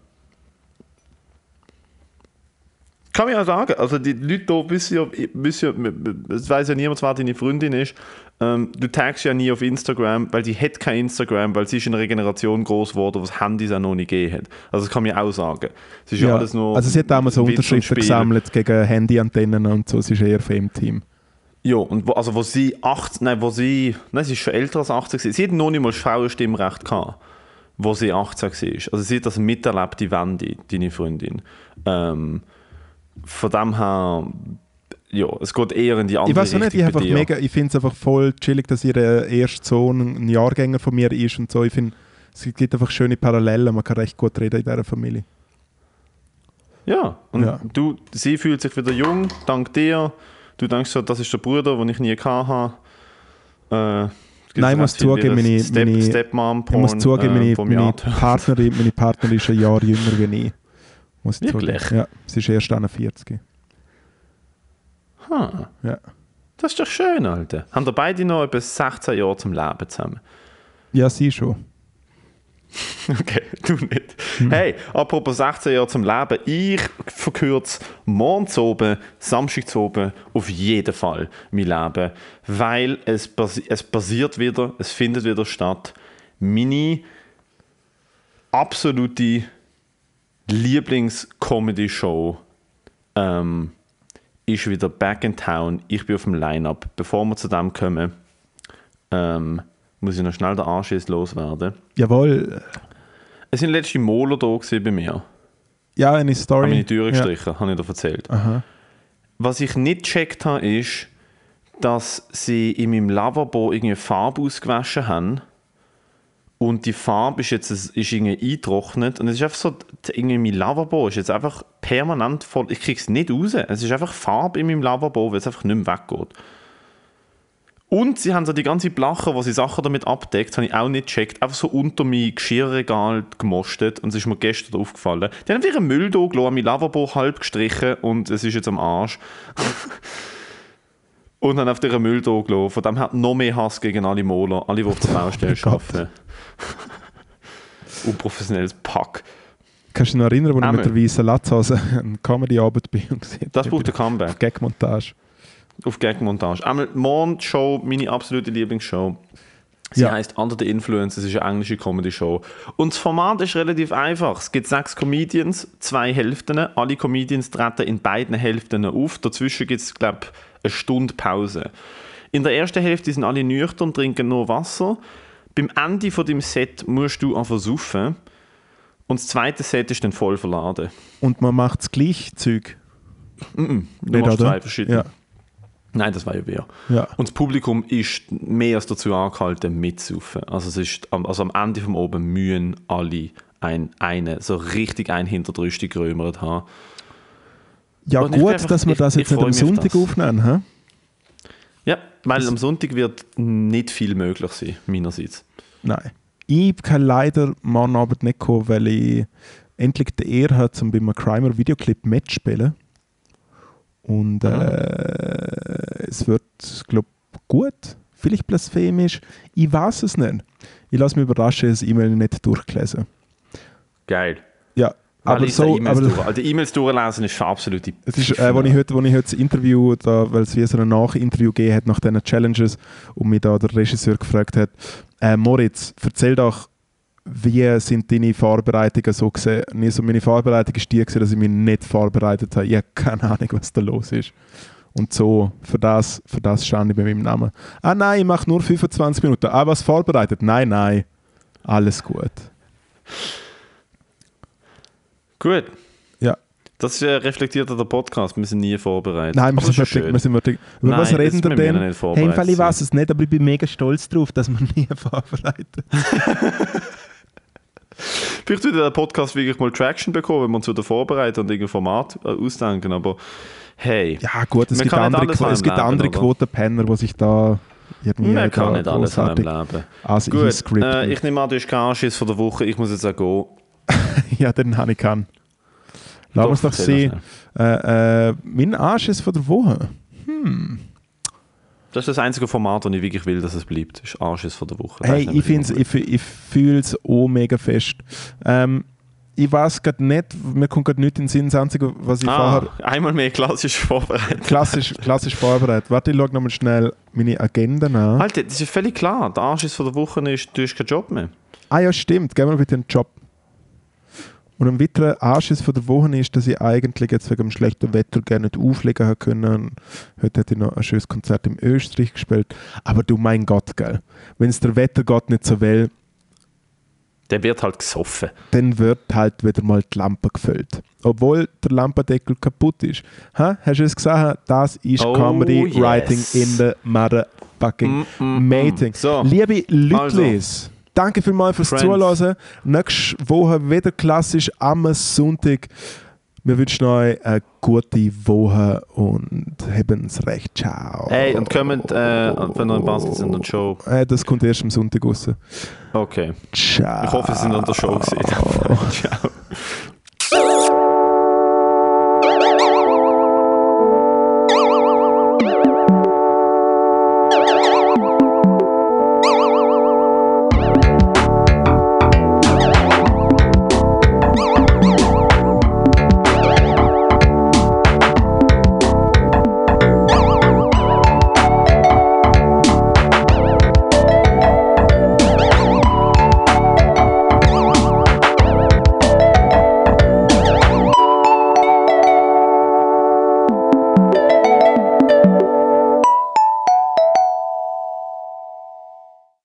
Kann man ja sagen, also die Leute hier wissen ja, wissen ja, es weiss ja niemand, wer deine Freundin ist. Ähm, du tagst ja nie auf Instagram, weil sie hat kein Instagram, weil sie ist in einer Generation groß geworden, wo es Handys auch noch nicht gegeben hat. Also das kann man ja auch sagen. Es ist ja, ja alles nur also sie hat damals so Unterschriften gesammelt gegen Handyantennen und so, sie ist eher für im Team. Ja, und wo, also wo sie achtzehn, nein, wo sie, nein, sie ist schon älter als achtzehn gewesen. Sie hat noch nicht mal Frauenstimmrecht gehabt, wo sie achtzehn war. Also sie hat das miterlebt, die Wendy, deine Freundin. Ähm, Von dem her, ja, es geht eher in die andere ich weiß Richtung. Nicht, ich einfach mega, ich finde es einfach voll chillig, dass ihr erster Sohn ein Jahrgänger von mir ist und so. Ich finde, es gibt einfach schöne Parallelen, man kann recht gut reden in dieser Familie. Ja, und ja. Du, sie fühlt sich wieder jung, dank dir. Du denkst so, das ist der Bruder, den ich nie hatte. Äh, Nein, ich muss zugeben, meine, Step, meine, Stepmom-Porn, ich muss zugeben, meine, äh, meine, Partnerin, meine Partnerin ist ein Jahr jünger wie ich. Muss ich Wirklich? Zugeben. Ja, sie ist erst einundvierzig. Huh. Ja. Das ist doch schön, Alter. Haben ihr beide noch etwa sechzehn Jahre zum Leben zusammen? Ja, sie schon. Okay, du nicht. Hm. Hey, apropos sechzehn Jahre zum Leben. Ich verkürze morgen zu oben, Samstag zu oben, auf jeden Fall mein Leben. Weil es, basi- es passiert wieder, es findet wieder statt. Meine absolute Lieblings-Comedy-Show ähm, ist wieder back in town. Ich bin auf dem Line-Up. Bevor wir zu dem kommen, ähm, muss ich noch schnell den Anschiss loswerden. Jawohl. Es sind letzte Moler da gewesen bei mir. Ja, eine Story. Habe meine Türe gestrichen, ja. habe ich dir erzählt. Aha. Was ich nicht gecheckt habe, ist, dass sie in meinem Lavabo irgendwie Farbe ausgewaschen haben. Und die Farbe ist jetzt ist irgendwie eingetrocknet. Und es ist einfach so, irgendwie mein Lavabo ist jetzt einfach permanent voll. Ich kriege es nicht raus. Es ist einfach Farbe in meinem Lavabo, weil es einfach nicht mehr weggeht. Und sie haben so die ganze Blache, wo sie Sachen damit abdeckt, habe ich auch nicht gecheckt. Einfach so unter mein Geschirrregal gemostet. Und es ist mir gestern aufgefallen. Die haben ihren Müll da gelassen, mein Lavabo halb gestrichen und es ist jetzt am Arsch. Und dann auf diesen Müll da gelassen. Von dem hat noch mehr Hass gegen alle Moler, alle, die auf der Baustelle oh arbeiten. Unprofessionelles Pack. Kannst du dich noch erinnern, als ich mit der weißen Latzhose eine Comedy-Arbeit bin und gesehen habe? Das braucht ein Comeback. Auf Gag-Montage. Auf Gag-Montage. Einmal Morn-Show, meine absolute Lieblingsshow. Sie Ja. heisst Under the Influence, es ist eine englische Comedy-Show. Und das Format ist relativ einfach. Es gibt sechs Comedians, zwei Hälften. Alle Comedians treten in beiden Hälften auf. Dazwischen gibt es, glaube ich, eine Stunde Pause. In der ersten Hälfte sind alle nüchtern, trinken nur Wasser. Beim Ende von dem Set musst du einfach saufen. Und das zweite Set ist dann voll verladen. Und man macht das gleiche Zeug? Mm-mm, du Nicht, machst oder? zwei verschiedene. Ja. Nein, das war ja wer. Ja. Und das Publikum ist mehr als dazu angehalten, mitzusaufen. Also, es ist, also am Ende vom Oben mühen alle ein, eine, so richtig ein hinterdrüstig gerömert haben. Ja, Und ich bin gut, einfach- dass wir ich- das ich jetzt nicht freu am mich auf Sonntag das. aufnehmen, hä? Ja, weil am Sonntag wird nicht viel möglich sein, meinerseits. Nein. Ich kann leider morgen Abend nicht kommen, weil ich endlich die Ehre habe, um bei einem Crimer Videoclip mitzuspielen. Und äh, es wird, glaube ich, gut. Vielleicht blasphemisch. Ich weiß es nicht. Ich lasse mich überraschen, ich habe das E-Mail nicht durchgelesen. Geil. Ja, Weil aber ich so... E-Mails Aber, durch, also die E-Mails durchlesen ist absolut die es ist, äh, wo ich heute, wo ich heute das Interview, da, weil es wie so ein Nachinterview gegeben hat nach diesen Challenges und mich da der Regisseur gefragt hat, äh, Moritz, erzähl doch, wie sind deine Vorbereitungen so gesehen? Also meine Vorbereitung ist die gewesen, dass ich mich nicht vorbereitet habe. Ich habe keine Ahnung, was da los ist. Und so, für das, für das stand ich bei meinem Namen. Ah nein, ich mache nur fünfundzwanzig Minuten. Ah, was vorbereitet? Nein, nein. Alles gut. Gut. Ja. Das ist äh, reflektiert der Podcast. Wir sind nie vorbereitet. Nein, wir sind wirklich, wir sind wirklich. Über Nein, was reden wir denn? Hey, im Fall, ich weiß es nicht, aber ich bin mega stolz darauf, dass wir nie vorbereitet. Vielleicht würde der Podcast wirklich mal Traction bekommen, wenn wir uns wieder vorbereiten und irgendein Format äh, ausdenken, aber hey. Ja gut, es gibt andere, es gibt andere Quotenpenner, die sich da irgendwie... Man kann nicht alles in meinem Leben. Also gut, äh, ich nehme an, du hast keinen Anschiss von der Woche, ich muss jetzt auch gehen. Ja, den habe ich kann. Lass uns doch sehen. Äh, äh, mein Anschiss von der Woche? Hm... Das ist das einzige Format, das ich wirklich will, dass es bleibt. Das ist Anschiss von der Woche. Hey, ich, ich, ich fühle es auch mega fest. Ähm, ich weiß gerade nicht, mir kommt gerade nichts in den Sinn. Das Einzige, was ich ah, vorher... einmal mehr klassisch vorbereitet. Klassisch, klassisch vorbereitet. Warte, ich schaue nochmal schnell meine Agenda nach. Alter, das ist völlig klar. Der Anschiss von der Woche ist, du hast keinen Job mehr. Ah ja, stimmt. Gehen wir bitte einen Job. Und ein weiterer Anschiss von der Woche ist, dass ich eigentlich jetzt wegen dem schlechten Wetter gerne nicht auflegen hätte können. Heute hätte ich noch ein schönes Konzert in Österreich gespielt. Aber du, mein Gott, gell. Wenn es der Wettergott nicht so will, dann wird halt gesoffen. Dann wird halt wieder mal die Lampe gefüllt. Obwohl der Lampendeckel kaputt ist. Ha? Hast du es gesagt? Das ist oh, Comedy yes. Writing in the motherfucking mm, mm, making. So. Liebe Lütlis, also. Danke vielmals fürs Friends. Zuhören. Nächste Woche wieder klassisch am Sonntag. Wir wünschen euch eine gute Woche und haben es recht. Ciao. Hey, und kommt, äh, wenn ihr in Basel sind und Show. Äh, das kommt erst am Sonntag raus. Okay. Ciao. Ich hoffe, es sind an der Show gesehen. Ciao.